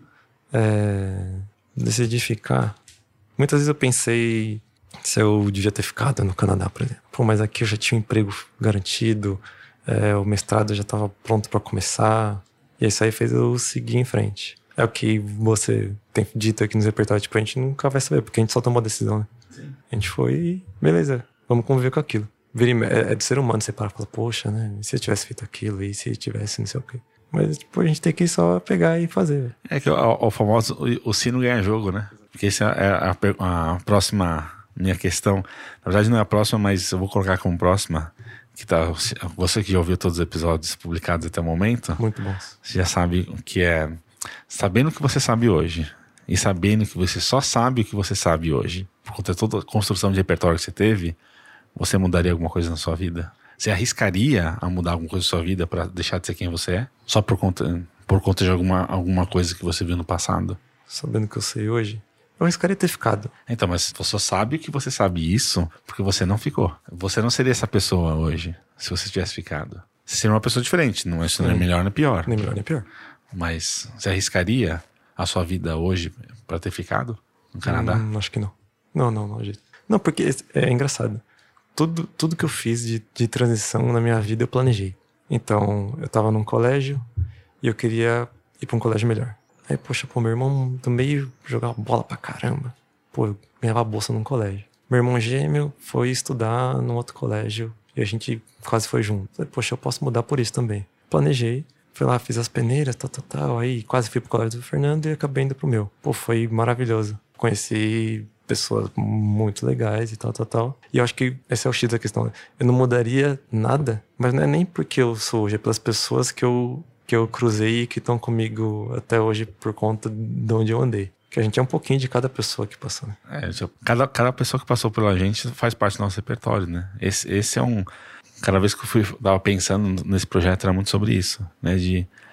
É, decidi ficar. Muitas vezes eu pensei se eu devia ter ficado no Canadá, por exemplo. Pô, mas aqui eu já tinha um emprego garantido, é, o mestrado já estava pronto para começar. E isso aí fez eu seguir em frente. É o que você tem dito aqui nos repertórios, tipo, a gente nunca vai saber, porque a gente só tomou a decisão, né? Sim. A gente foi e beleza, vamos conviver com aquilo. É do ser humano, você para e fala, poxa, né? E se eu tivesse feito aquilo? E se eu tivesse não sei o quê? Mas, tipo, a gente tem que só pegar e fazer. É que o, o famoso, o, o sino ganha jogo, né? Porque essa é a, a, a próxima minha questão. Na verdade não é a próxima, mas eu vou colocar como próxima. Que tá, você que já ouviu todos os episódios publicados até o momento. Muito bons. Você já sabe o que é... Sabendo o que você sabe hoje. E sabendo que você só sabe o que você sabe hoje. Por conta de toda a construção de repertório que você teve... Você mudaria alguma coisa na sua vida? Você arriscaria a mudar alguma coisa na sua vida para deixar de ser quem você é? Só por conta, por conta de alguma, alguma coisa que você viu no passado? Sabendo o que eu sei hoje, eu arriscaria ter ficado. Então, mas você só sabe que você sabe isso porque você não ficou. Você não seria essa pessoa hoje se você tivesse ficado. Você seria uma pessoa diferente. Não, isso não é melhor nem pior. Nem melhor nem pior. Mas você arriscaria a sua vida hoje para ter ficado no Canadá? Hum, acho que não. Não, não, não. Gente. Não, porque é engraçado. Tudo, tudo que eu fiz de, de transição na minha vida eu planejei. Então, eu tava num colégio e eu queria ir pra um colégio melhor. Aí, poxa, pô, meu irmão do meio jogava bola pra caramba. Pô, eu ganhava bolsa num colégio. Meu irmão gêmeo foi estudar num outro colégio e a gente quase foi junto. Aí, poxa, eu posso mudar por isso também. Planejei, fui lá, fiz as peneiras, tal, tal, tal. Aí quase fui pro colégio do Fernando e acabei indo pro meu. Pô, foi maravilhoso. Conheci... pessoas muito legais e tal, tal, tal. E eu acho que esse é o X da questão. Eu não mudaria nada, mas não é nem porque eu sou hoje, é pelas pessoas que eu, que eu cruzei e que estão comigo até hoje por conta de onde eu andei. Que a gente é um pouquinho de cada pessoa que passou, né? É, cada, cada pessoa que passou pela gente faz parte do nosso repertório, né? Esse, esse é um... Cada vez que eu fui, tava pensando nesse projeto era muito sobre isso, né? De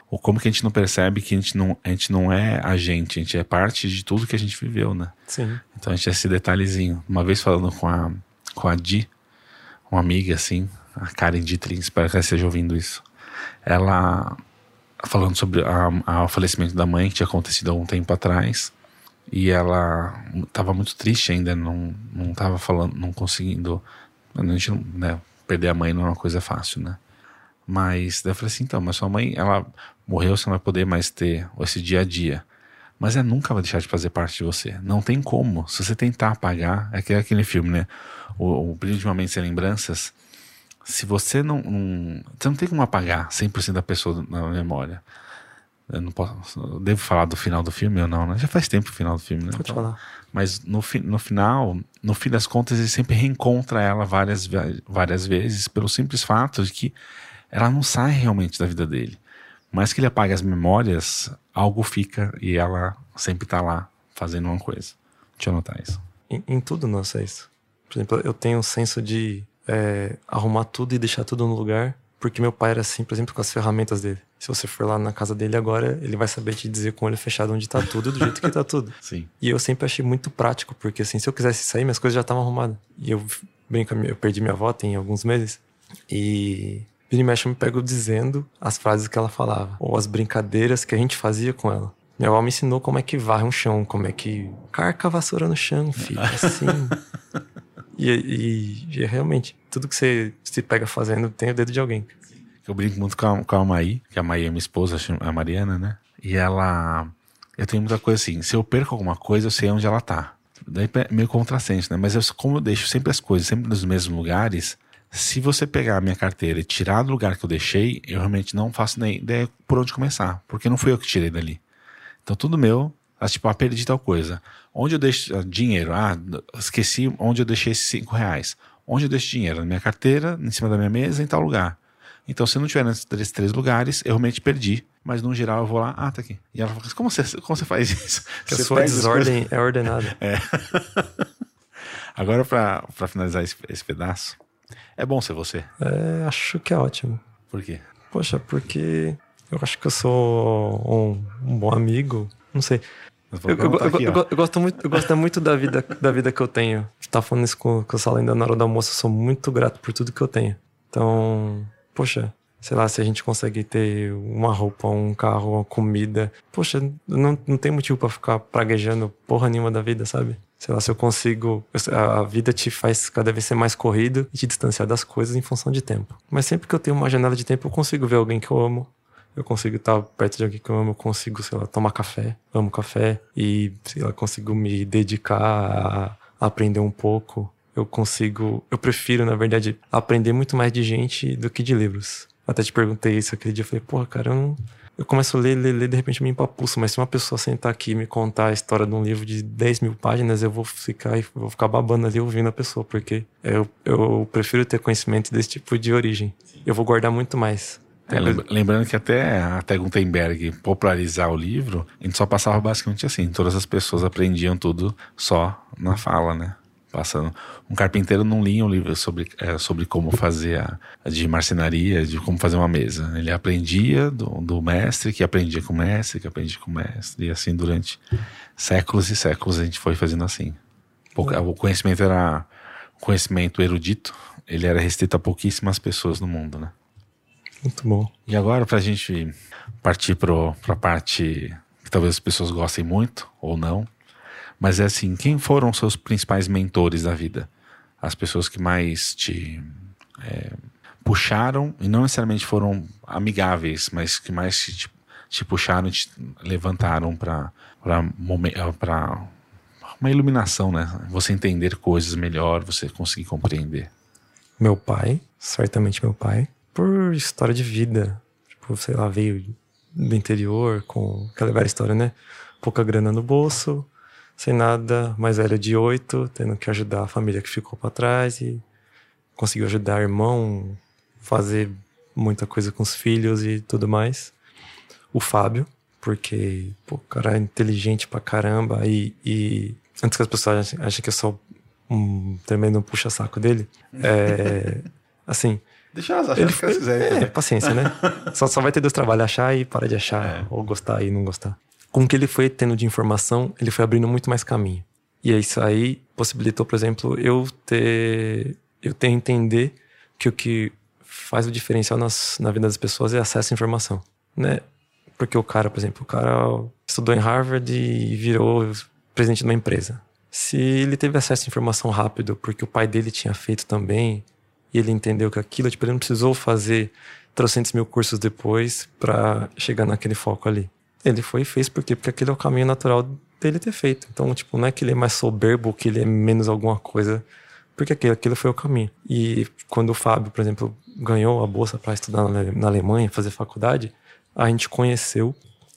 Ou como que a gente não percebe que a gente não, a gente não é a gente, a gente é parte de tudo que a gente viveu, né? Sim. Então a gente é esse detalhezinho. Uma vez falando com a, com a Di, uma amiga assim, a Karen Ditrin, espero que ela esteja ouvindo isso. Ela falando sobre a, a, o falecimento da mãe que tinha acontecido há algum tempo atrás. E ela estava muito triste ainda, não, não tava falando, não conseguindo. A gente não, né, perder a mãe não é uma coisa fácil, né? Mas daí eu falei assim, então, mas sua mãe, ela morreu, você não vai poder mais ter esse dia a dia. Mas ela nunca vai deixar de fazer parte de você. Não tem como. Se você tentar apagar, é aquele, aquele filme, né? O, o Brilho de uma Mente Sem Lembranças. Se você não, não... Você não tem como apagar cem por cento da pessoa na memória. Eu não posso... Eu devo falar do final do filme ou não, né? Já faz tempo o final do filme, né? Pode Então, falar. mas no, fi, no final, no fim das contas, ele sempre reencontra ela várias, várias vezes pelo simples fato de que ela não sai realmente da vida dele. Mas que ele apaga as memórias, algo fica e ela sempre tá lá fazendo uma coisa. Deixa eu anotar isso. Em, em tudo nosso é isso. Por exemplo, eu tenho um senso de é, arrumar tudo e deixar tudo no lugar, porque meu pai era assim, por exemplo, com as ferramentas dele. Se você for lá na casa dele agora, ele vai saber te dizer com o olho fechado onde tá tudo, do jeito que tá tudo. Sim. E eu sempre achei muito prático, porque assim, se eu quisesse sair, minhas coisas já estavam arrumadas. E eu brinco, eu perdi minha avó tem alguns meses, e vira e mexe eu me pego dizendo as frases que ela falava, ou as brincadeiras que a gente fazia com ela. Minha avó me ensinou como é que varre um chão, como é que carca a vassoura no chão, filho, assim. e, e, e realmente, tudo que você se pega fazendo tem o dedo de alguém. Eu brinco muito com a, com a Maí, que a Maí é minha esposa, a Mariana, né? E ela... Eu tenho muita coisa assim, se eu perco alguma coisa, eu sei onde ela tá. Daí é meio contrassenso, né? Mas eu, como eu deixo sempre as coisas, sempre nos mesmos lugares, se você pegar a minha carteira e tirar do lugar que eu deixei, eu realmente não faço nem ideia por onde começar, porque não fui eu que tirei dali. Então tudo meu, tipo, ah, perdi tal coisa. Onde eu deixo ah, dinheiro? Ah, esqueci onde eu deixei esses cinco reais. Onde eu deixo dinheiro? Na minha carteira, em cima da minha mesa, em tal lugar. Então, se não tiver nesses três, três lugares, eu realmente perdi. Mas, no geral, eu vou lá, ah, tá aqui. E ela fala, como você, como você faz isso? Porque você a sua desordem é ordenada. É. Agora, pra, pra finalizar esse, esse pedaço, é bom ser você? É, acho que é ótimo. Por quê? Poxa, porque eu acho que eu sou um, um bom amigo. Não sei. Eu, eu, eu, aqui, eu, eu gosto muito, eu gosto muito da vida, da vida que eu tenho. Tá falando isso com, com o Sala ainda na hora do almoço. Eu sou muito grato por tudo que eu tenho. Então, poxa, sei lá, se a gente consegue ter uma roupa, um carro, uma comida, poxa, não, não tem motivo pra ficar praguejando porra nenhuma da vida, sabe? Sei lá, se eu consigo... A vida te faz cada vez ser mais corrido e te distanciar das coisas em função de tempo. Mas sempre que eu tenho uma janela de tempo, eu consigo ver alguém que eu amo. Eu consigo estar perto de alguém que eu amo. Eu consigo, sei lá, tomar café. Amo café. E, sei lá, consigo me dedicar a, a aprender um pouco. Eu consigo... Eu prefiro, na verdade, aprender muito mais de gente do que de livros. Até te perguntei isso aquele dia. Eu falei, porra, cara, eu não... Eu começo a ler, ler, ler, de repente eu me empapuço. Mas se uma pessoa sentar aqui e me contar a história de um livro de dez mil páginas, eu vou ficar, vou ficar babando ali ouvindo a pessoa. Porque eu, eu prefiro ter conhecimento desse tipo de origem. Eu vou guardar muito mais. É, lembrando que até, até Gutenberg popularizar o livro, a gente só passava basicamente assim. Todas as pessoas aprendiam tudo só na fala, né? Passando. Um carpinteiro não lia um livro sobre, é, sobre como fazer a, a de marcenaria, de como fazer uma mesa. Ele aprendia do, do mestre, que aprendia com o mestre, que aprendia com o mestre. E assim, durante séculos e séculos a gente foi fazendo assim. Pouca, o conhecimento era... O conhecimento erudito, ele era restrito a pouquíssimas pessoas no mundo, né? Muito bom. E agora, pra gente partir pro, pra parte que talvez as pessoas gostem muito, ou não. Mas é assim, quem foram os seus principais mentores da vida? As pessoas que mais te é, puxaram, e não necessariamente foram amigáveis, mas que mais te, te puxaram e te levantaram para para uma iluminação, né? Você entender coisas melhor, você conseguir compreender. Meu pai, certamente meu pai, por história de vida. Tipo, sei lá, veio do interior com aquela velha história, né? Pouca grana no bolso, sem nada, mais velho de oito, tendo que ajudar a família que ficou pra trás e conseguiu ajudar o irmão, fazer muita coisa com os filhos e tudo mais. O Fábio, porque pô, o cara é inteligente pra caramba e, e antes que as pessoas achem, achem que eu sou um tremendo puxa-saco dele, é, assim, Deixa elas acharem o que elas quiserem. É, paciência, né? só, só vai ter Deus trabalho, achar e parar de achar, é. ou gostar e não gostar. Com o que ele foi tendo de informação, ele foi abrindo muito mais caminho. E isso aí possibilitou, por exemplo, eu ter, eu ter entender que o que faz o diferencial nas, na vida das pessoas é acesso à informação, né? Porque o cara, por exemplo, o cara estudou em Harvard e virou presidente de uma empresa. Se ele teve acesso à informação rápido, porque o pai dele tinha feito também, e ele entendeu que aquilo, tipo, ele não precisou fazer trocentos mil cursos depois para chegar naquele foco ali. Ele foi e fez, por quê? Porque aquele é o caminho natural dele ter feito. Então, tipo, não é que ele é mais soberbo, que ele é menos alguma coisa, porque aquilo, aquilo foi o caminho. E quando o Fábio, por exemplo, ganhou a bolsa para estudar na Alemanha, fazer faculdade, a gente conheceu,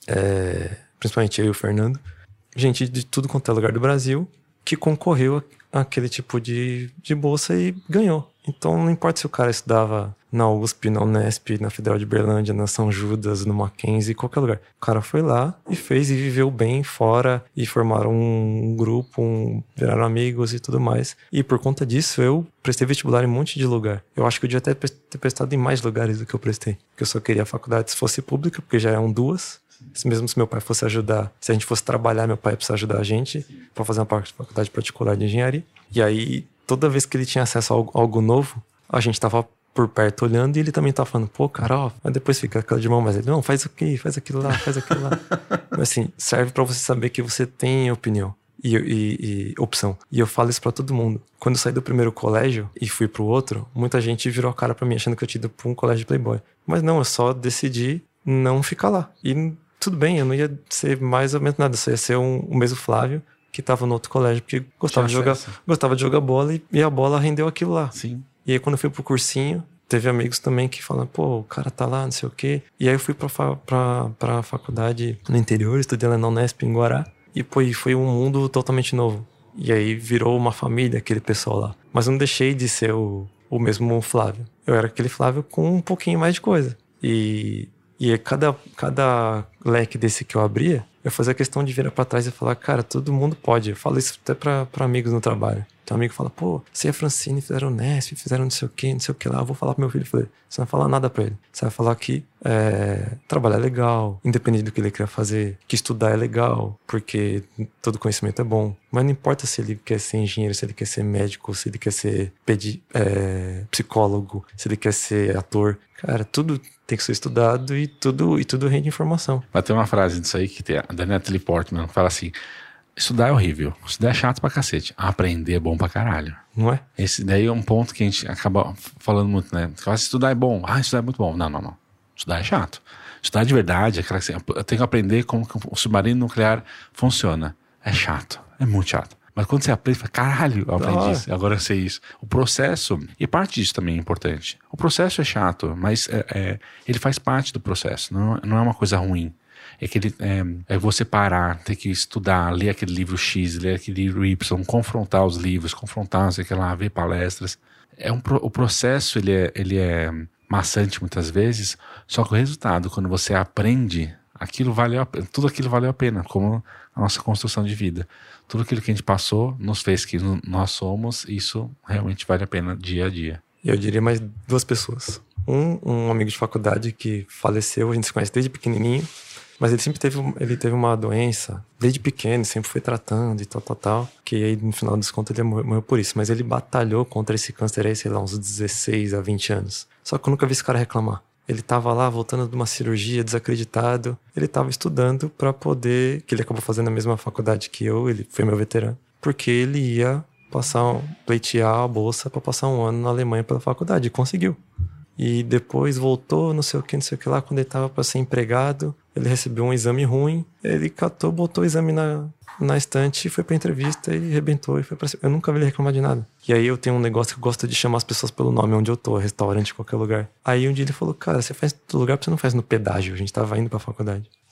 é, principalmente eu e o Fernando, gente de tudo quanto é lugar do Brasil, que concorreu àquele tipo de, de bolsa e ganhou. Então não importa se o cara estudava na U S P, na Unesp, na Federal de Berlândia, na São Judas, no Mackenzie, qualquer lugar. O cara foi lá e fez e viveu bem fora e formaram um grupo, um, viraram amigos e tudo mais. E por conta disso eu prestei vestibular em um monte de lugar. Eu acho que eu devia até ter prestado em mais lugares do que eu prestei. Porque eu só queria a faculdade se fosse pública, porque já eram duas. Mesmo se meu pai fosse ajudar, se a gente fosse trabalhar, meu pai ia precisar ajudar a gente para fazer uma faculdade particular de engenharia. E aí, toda vez que ele tinha acesso a algo, algo novo, a gente tava por perto olhando e ele também tava falando, pô, cara, ó. Aí depois fica aquela de mão, mas ele, não, faz aqui, faz aquilo lá, faz aquilo lá. Mas assim, serve para você saber que você tem opinião e, e, e opção. E eu falo isso para todo mundo. Quando eu saí do primeiro colégio e fui pro outro, muita gente virou a cara para mim achando que eu tinha ido pra um colégio de playboy. Mas não, eu só decidi não ficar lá. E tudo bem, eu não ia ser mais ou menos nada, eu só ia ser um, o mesmo Flávio que tava no outro colégio, porque gostava de jogar, gostava de jogar bola e, e a bola rendeu aquilo lá. Sim. E aí quando eu fui pro cursinho, teve amigos também que falam, pô, o cara tá lá, não sei o quê. E aí eu fui pra, pra, pra faculdade no interior, estudei lá na Unesp em Guará, e pô, foi um mundo totalmente novo. E aí virou uma família, aquele pessoal lá. Mas eu não deixei de ser o, o mesmo Flávio. Eu era aquele Flávio com um pouquinho mais de coisa. E... E cada, cada leque desse que eu abria, eu fazia questão de virar pra trás e falar, cara, todo mundo pode. Eu falo isso até pra, pra amigos no trabalho. Então um amigo fala, pô, você e a Francine fizeram Nesp, fizeram não sei o que, não sei o que lá. Eu vou falar pro meu filho. Eu falei, você não vai falar nada pra ele. Você vai falar que é, trabalhar é legal, independente do que ele quer fazer. Que estudar é legal, porque todo conhecimento é bom. Mas não importa se ele quer ser engenheiro, se ele quer ser médico, se ele quer ser pedi, é, psicólogo, se ele quer ser ator. Cara, tudo tem que ser estudado e tudo, e tudo rende informação. Vai ter uma frase disso aí que tem a da Natalie Portman, que fala assim, estudar é horrível, estudar é chato pra cacete, aprender é bom pra caralho. Não é? Esse daí é um ponto que a gente acaba falando muito, né? Fala, estudar é bom, ah, estudar é muito bom. Não, não, não. Estudar é chato. Estudar de verdade, aquela que eu tenho que aprender como o submarino nuclear funciona. É chato, é muito chato. Mas quando você aprende, fala, caralho, eu aprendi isso, agora eu sei isso. O processo, e parte disso também é importante. O processo é chato, mas é, é, ele faz parte do processo, não, não é uma coisa ruim. É que ele, é, é você parar, ter que estudar, ler aquele livro X, ler aquele livro Y, confrontar os livros, confrontar, sei lá, ver palestras. É um, o processo, ele é, ele é maçante muitas vezes, só que o resultado, quando você aprende, aquilo valeu a pena, tudo aquilo valeu a pena, como a nossa construção de vida. Tudo aquilo que a gente passou nos fez que nós somos, isso realmente vale a pena dia a dia. E eu diria mais duas pessoas. Um, um amigo de faculdade que faleceu, a gente se conhece desde pequenininho, mas ele sempre teve, ele teve uma doença, desde pequeno, sempre foi tratando e tal, tal, tal, que aí no final dos contos ele morreu por isso. Mas ele batalhou contra esse câncer aí, sei lá, uns dezesseis a vinte anos. Só que eu nunca vi esse cara reclamar. Ele tava lá, voltando de uma cirurgia, desacreditado. Ele tava estudando pra poder... Que ele acabou fazendo a mesma faculdade que eu, ele foi meu veterano. Porque ele ia passar, um, pleitear a bolsa pra passar um ano na Alemanha pela faculdade. E conseguiu. E depois voltou, não sei o que, não sei o que lá. Quando ele tava pra ser empregado, ele recebeu um exame ruim. Ele catou, botou o exame na, na estante, foi pra entrevista e arrebentou. E foi pra... Eu nunca vi ele reclamar de nada. E aí eu tenho um negócio que eu gosto de chamar as pessoas pelo nome onde eu tô, restaurante, qualquer lugar. Aí um dia ele falou, cara, você faz no lugar, você não faz no pedágio. A gente tava indo pra faculdade.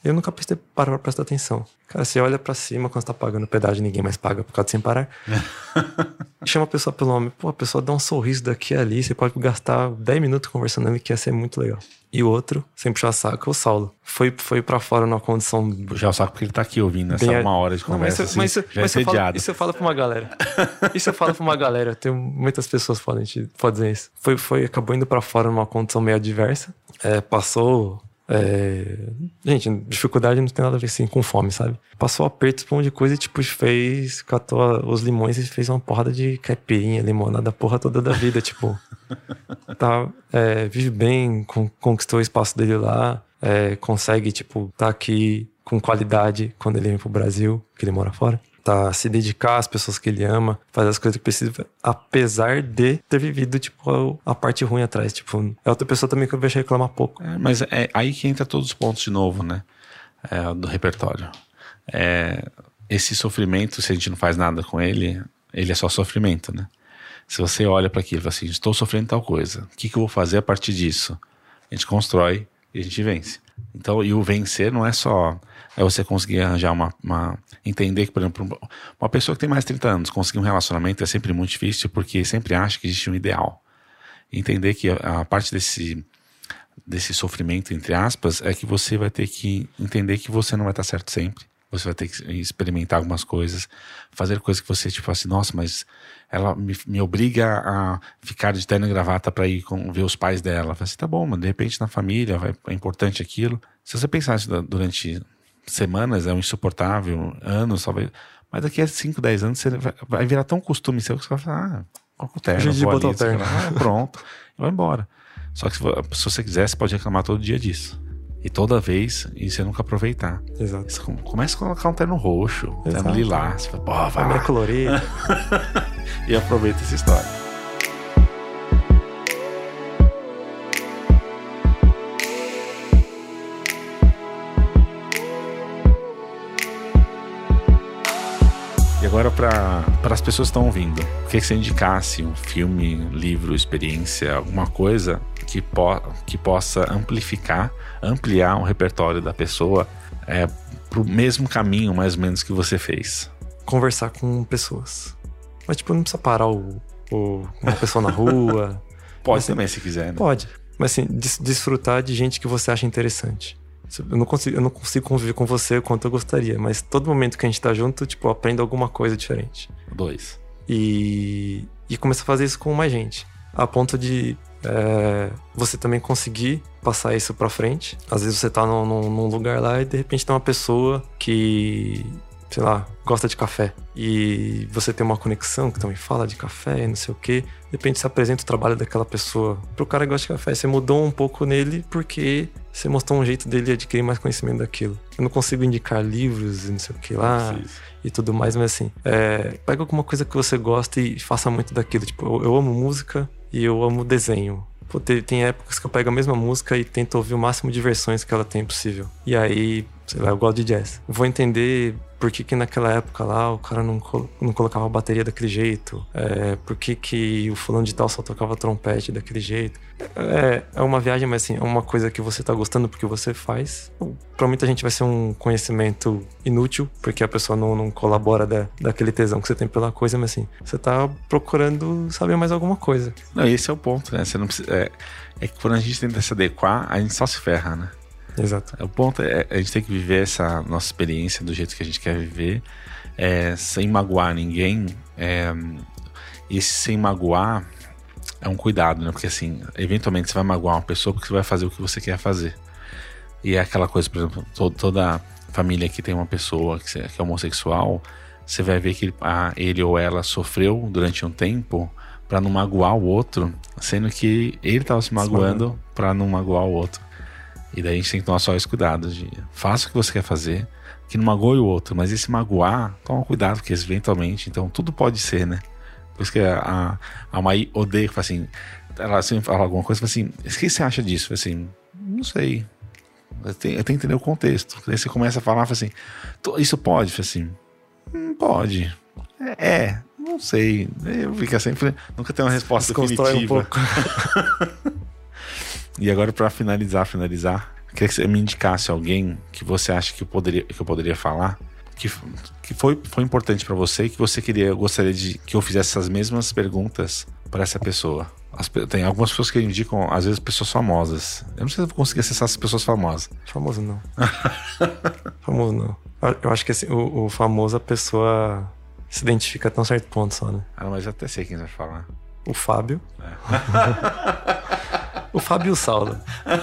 Eu nunca prestei, paro pra prestar atenção. Cara, você olha pra cima quando você tá pagando pedágio, ninguém mais paga por causa de sem parar. Chama a pessoa pelo nome. Pô, a pessoa dá um sorriso daqui e ali. Você pode gastar dez minutos conversando ali, que ia ser muito legal. E o outro, sem puxar saco, é o Saulo. Foi, foi pra fora numa condição... Puxar o saco porque ele tá aqui ouvindo essa bem... uma hora de conversa. Não, mas isso, assim, mas, já mas é isso, eu sediado. falo, isso eu falo pra uma galera. Isso eu falo pra uma galera. Tem muitas pessoas que podem, podem dizer isso. Foi, foi, acabou indo pra fora numa condição meio adversa. É, passou... É... Gente, dificuldade não tem nada a ver assim com fome, sabe? Passou aperto pra um monte de coisa e tipo fez, catou os limões e fez uma porrada de caipirinha, limonada, a porra toda da vida, tipo. Tá, é, vive bem, con- conquistou o espaço dele lá, é, consegue, tipo, tá aqui com qualidade quando ele vem pro Brasil, que ele mora fora. Tá, se dedicar às pessoas que ele ama, fazer as coisas que precisa, apesar de ter vivido, tipo, a, a parte ruim atrás. Tipo, é outra pessoa também que eu vejo reclamar pouco. É, mas é aí que entra todos os pontos de novo, né? É, do repertório. É, esse sofrimento, se a gente não faz nada com ele, ele é só sofrimento, né? Se você olha para aquilo e fala assim, estou sofrendo tal coisa, o que, que eu vou fazer a partir disso? A gente constrói e a gente vence. Então, e o vencer não é só... É você conseguir arranjar uma, uma... Entender que, por exemplo, uma pessoa que tem mais de trinta anos conseguir um relacionamento é sempre muito difícil porque sempre acha que existe um ideal. Entender que a, a parte desse, desse sofrimento, entre aspas, é que você vai ter que entender que você não vai estar certo sempre. Você vai ter que experimentar algumas coisas, fazer coisas que você, tipo assim, nossa, mas ela me, me obriga a ficar de terno e gravata para ir com, ver os pais dela. Fala assim, tá bom, mas de repente na família vai, é importante aquilo. Se você pensar isso durante semanas, é um insuportável, anos, talvez, mas daqui a cinco, dez anos você vai, vai virar tão costume seu que você vai falar, ah, coloca o terno, vou ali, o terno. Fala, ah, pronto, e vai embora. Só que se, se você quiser, você pode reclamar todo dia disso. E toda vez, e você nunca aproveitar. Exato. Você começa a colocar um terno roxo, um terno lilás. Você fala, pô, vai lá. Colorido. E aproveita essa história. E agora, para as pessoas que estão ouvindo, o que, que você indicasse? Um filme, livro, experiência, alguma coisa que, po- que possa amplificar, ampliar um repertório da pessoa é, pro mesmo caminho, mais ou menos, que você fez? Conversar com pessoas. Mas, tipo, não precisa parar o, o, uma pessoa na rua. Pode mas, também, se quiser, né? Pode. Mas, assim, des- desfrutar de gente que você acha interessante. Eu não, consigo, eu não consigo conviver com você o quanto eu gostaria, mas todo momento que a gente tá junto, tipo, eu aprendo alguma coisa diferente. Dois. E, e começar a fazer isso com mais gente. A ponto de é, você também conseguir passar isso pra frente. Às vezes você tá num, num, num lugar lá e de repente tem uma pessoa que, sei lá, gosta de café. E você tem uma conexão que também fala de café e não sei o quê. De repente você apresenta o trabalho daquela pessoa pro cara que gosta de café. Você mudou um pouco nele porque você mostrou um jeito dele adquirir mais conhecimento daquilo. Eu não consigo indicar livros e não sei o que lá e tudo mais, mas assim, é, pega alguma coisa que você gosta e faça muito daquilo. Tipo, eu, eu amo música e eu amo desenho. Pô, tem, tem épocas que eu pego a mesma música e tento ouvir o máximo de versões que ela tem possível. E aí, sei lá, eu gosto de jazz. Vou entender por que que naquela época lá o cara não, col- não colocava a bateria daquele jeito. É, por que que o fulano de tal só tocava trompete daquele jeito. É, é uma viagem, mas assim, é uma coisa que você tá gostando porque você faz. Pra muita gente vai ser um conhecimento inútil, porque a pessoa não, não colabora da, daquele tesão que você tem pela coisa, mas assim, você tá procurando saber mais alguma coisa. Não, esse é o ponto, né? Você não precisa, é, é que quando a gente tenta se adequar, a gente só se ferra, né? Exato. O ponto é a gente tem que viver essa nossa experiência do jeito que a gente quer viver, é, sem magoar ninguém. É, e esse sem magoar é um cuidado, né? Porque assim, eventualmente você vai magoar uma pessoa porque você vai fazer o que você quer fazer. E é aquela coisa, por exemplo, todo, toda família que tem uma pessoa que é homossexual, você vai ver que ele, a, ele ou ela sofreu durante um tempo para não magoar o outro, sendo que ele estava se magoando para não magoar o outro. E daí a gente tem que tomar só esse cuidado de faça o que você quer fazer, que não magoe o outro, mas esse magoar, toma cuidado, porque eventualmente, então tudo pode ser, né? Por isso que a, a Maí odeia, assim, ela sempre fala alguma coisa, fala assim, o que você acha disso? Assim, não sei, eu tenho, eu tenho que entender o contexto. Aí você começa a falar, fala assim, isso pode? Fala assim, hum, pode, é, é, não sei, eu fico sempre, nunca tem uma resposta definitiva. Um pouco. E agora, pra finalizar, finalizar, Queria que você me indicasse alguém que você acha que eu poderia, que eu poderia falar, que, que foi, foi importante pra você e que você queria, gostaria de que eu fizesse essas mesmas perguntas pra essa pessoa. As, tem algumas pessoas que indicam, às vezes, pessoas famosas. Eu não sei se eu vou conseguir acessar essas pessoas famosas. Famoso não. Famoso não. Eu acho que assim, o, o famoso, a pessoa se identifica até um certo ponto só, né? Ah, mas eu até sei quem vai falar. O Fábio. É. O Fábio e o Saulo.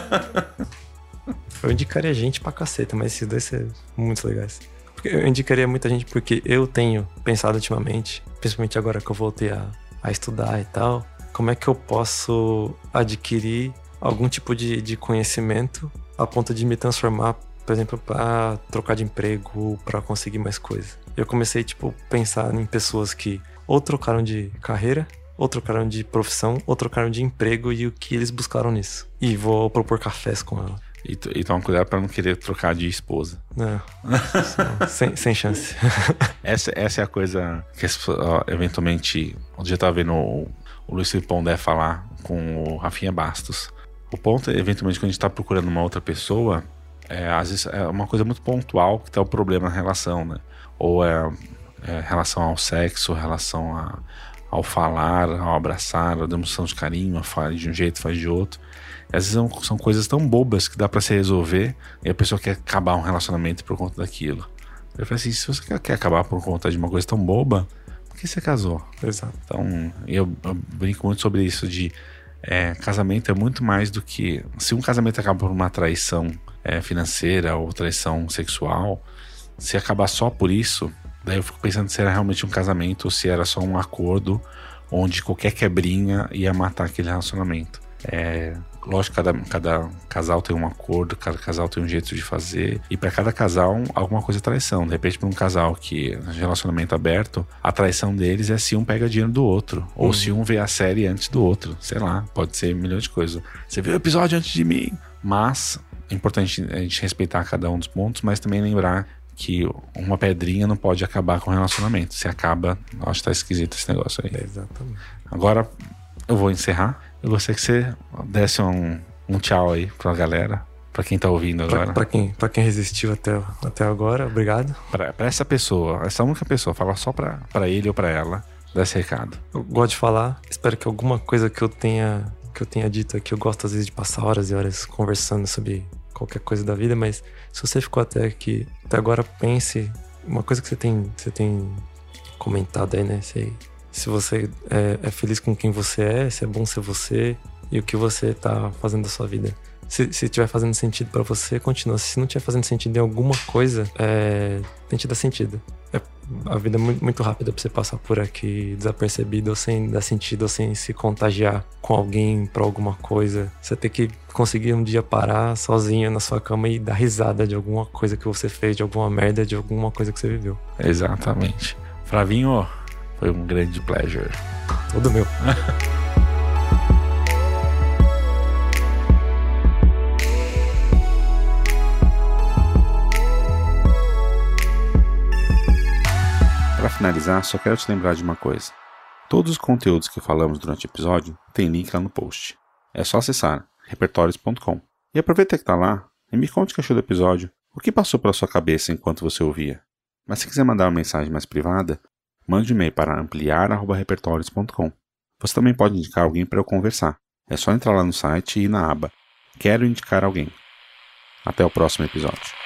Eu indicaria gente pra caceta, mas esses dois são muito legais. Eu indicaria muita gente porque eu tenho pensado ultimamente, principalmente agora que eu voltei a, a estudar e tal, como é que eu posso adquirir algum tipo de, de conhecimento a ponto de me transformar, por exemplo, para trocar de emprego, para conseguir mais coisa. Eu comecei, tipo, pensar em pessoas que ou trocaram de carreira, ou trocaram de profissão, ou trocaram de emprego e o que eles buscaram nisso. E vou propor cafés com ela. E, e toma cuidado pra não querer trocar de esposa. Não, sem, sem chance. Essa, essa é a coisa que ó, eventualmente, um dia eu tava vendo o, o Luiz Felipe Pondé falar com o Rafinha Bastos. O ponto é, eventualmente, quando a gente tá procurando uma outra pessoa, é, às vezes é uma coisa muito pontual que tá o problema na relação, né? Ou é, é relação ao sexo, relação a, ao falar, ao abraçar, a demonstração de carinho, a falar de um jeito, faz de outro. Às vezes são, são coisas tão bobas que dá pra se resolver e a pessoa quer acabar um relacionamento por conta daquilo. Eu falei assim, se você quer, quer acabar por conta de uma coisa tão boba, por que você casou? Exato. Então, eu, eu brinco muito sobre isso de é, casamento é muito mais do que... Se um casamento acaba por uma traição é, financeira ou traição sexual, se acabar só por isso, daí eu fico pensando se era realmente um casamento ou se era só um acordo onde qualquer quebrinha ia matar aquele relacionamento. É, lógico, cada, cada casal tem um acordo, cada casal tem um jeito de fazer, e para cada casal alguma coisa é traição. De repente, para um casal que relacionamento aberto, a traição deles é se um pega dinheiro do outro, ou uhum. se um vê a série antes do outro, sei lá, pode ser milhões de coisas. Você viu o episódio antes de mim, mas é importante a gente respeitar cada um dos pontos, mas também lembrar que uma pedrinha não pode acabar com o relacionamento. Se acaba, acho que tá esquisito esse negócio aí. É exatamente. Agora eu vou encerrar. Eu gostaria que você desse um, um tchau aí pra galera, pra quem tá ouvindo agora. Pra, pra, quem, pra quem resistiu até, até agora, obrigado. Pra, pra essa pessoa, essa única pessoa, fala só pra, pra ele ou pra ela, dá esse recado. Eu gosto de falar, espero que alguma coisa que eu tenha, que eu tenha dito aqui, eu gosto às vezes de passar horas e horas conversando sobre qualquer coisa da vida, mas se você ficou até aqui, até agora, pense, uma coisa que você tem, você tem comentado aí, né, se, se você é, é feliz com quem você é, se é bom ser você e o que você tá fazendo da sua vida. Se, se tiver fazendo sentido pra você, continua. Se não tiver fazendo sentido em alguma coisa, é, tente dar sentido. É, a vida é muito, muito rápida pra você passar por aqui desapercebido, ou sem dar sentido, ou sem se contagiar com alguém pra alguma coisa. Você tem que conseguir um dia parar sozinho na sua cama e dar risada de alguma coisa que você fez, de alguma merda, de alguma coisa que você viveu. Exatamente. Flavinho, foi um grande pleasure. Todo meu. Para finalizar, só quero te lembrar de uma coisa. Todos os conteúdos que falamos durante o episódio tem link lá no post. É só acessar repertórios ponto com. E aproveita que tá lá e me conte o que achou do episódio, o que passou pela sua cabeça enquanto você ouvia. Mas se quiser mandar uma mensagem mais privada, mande um e-mail para ampliar arroba repertórios ponto com. Você também pode indicar alguém para eu conversar. É só entrar lá no site e ir na aba Quero indicar alguém. Até o próximo episódio.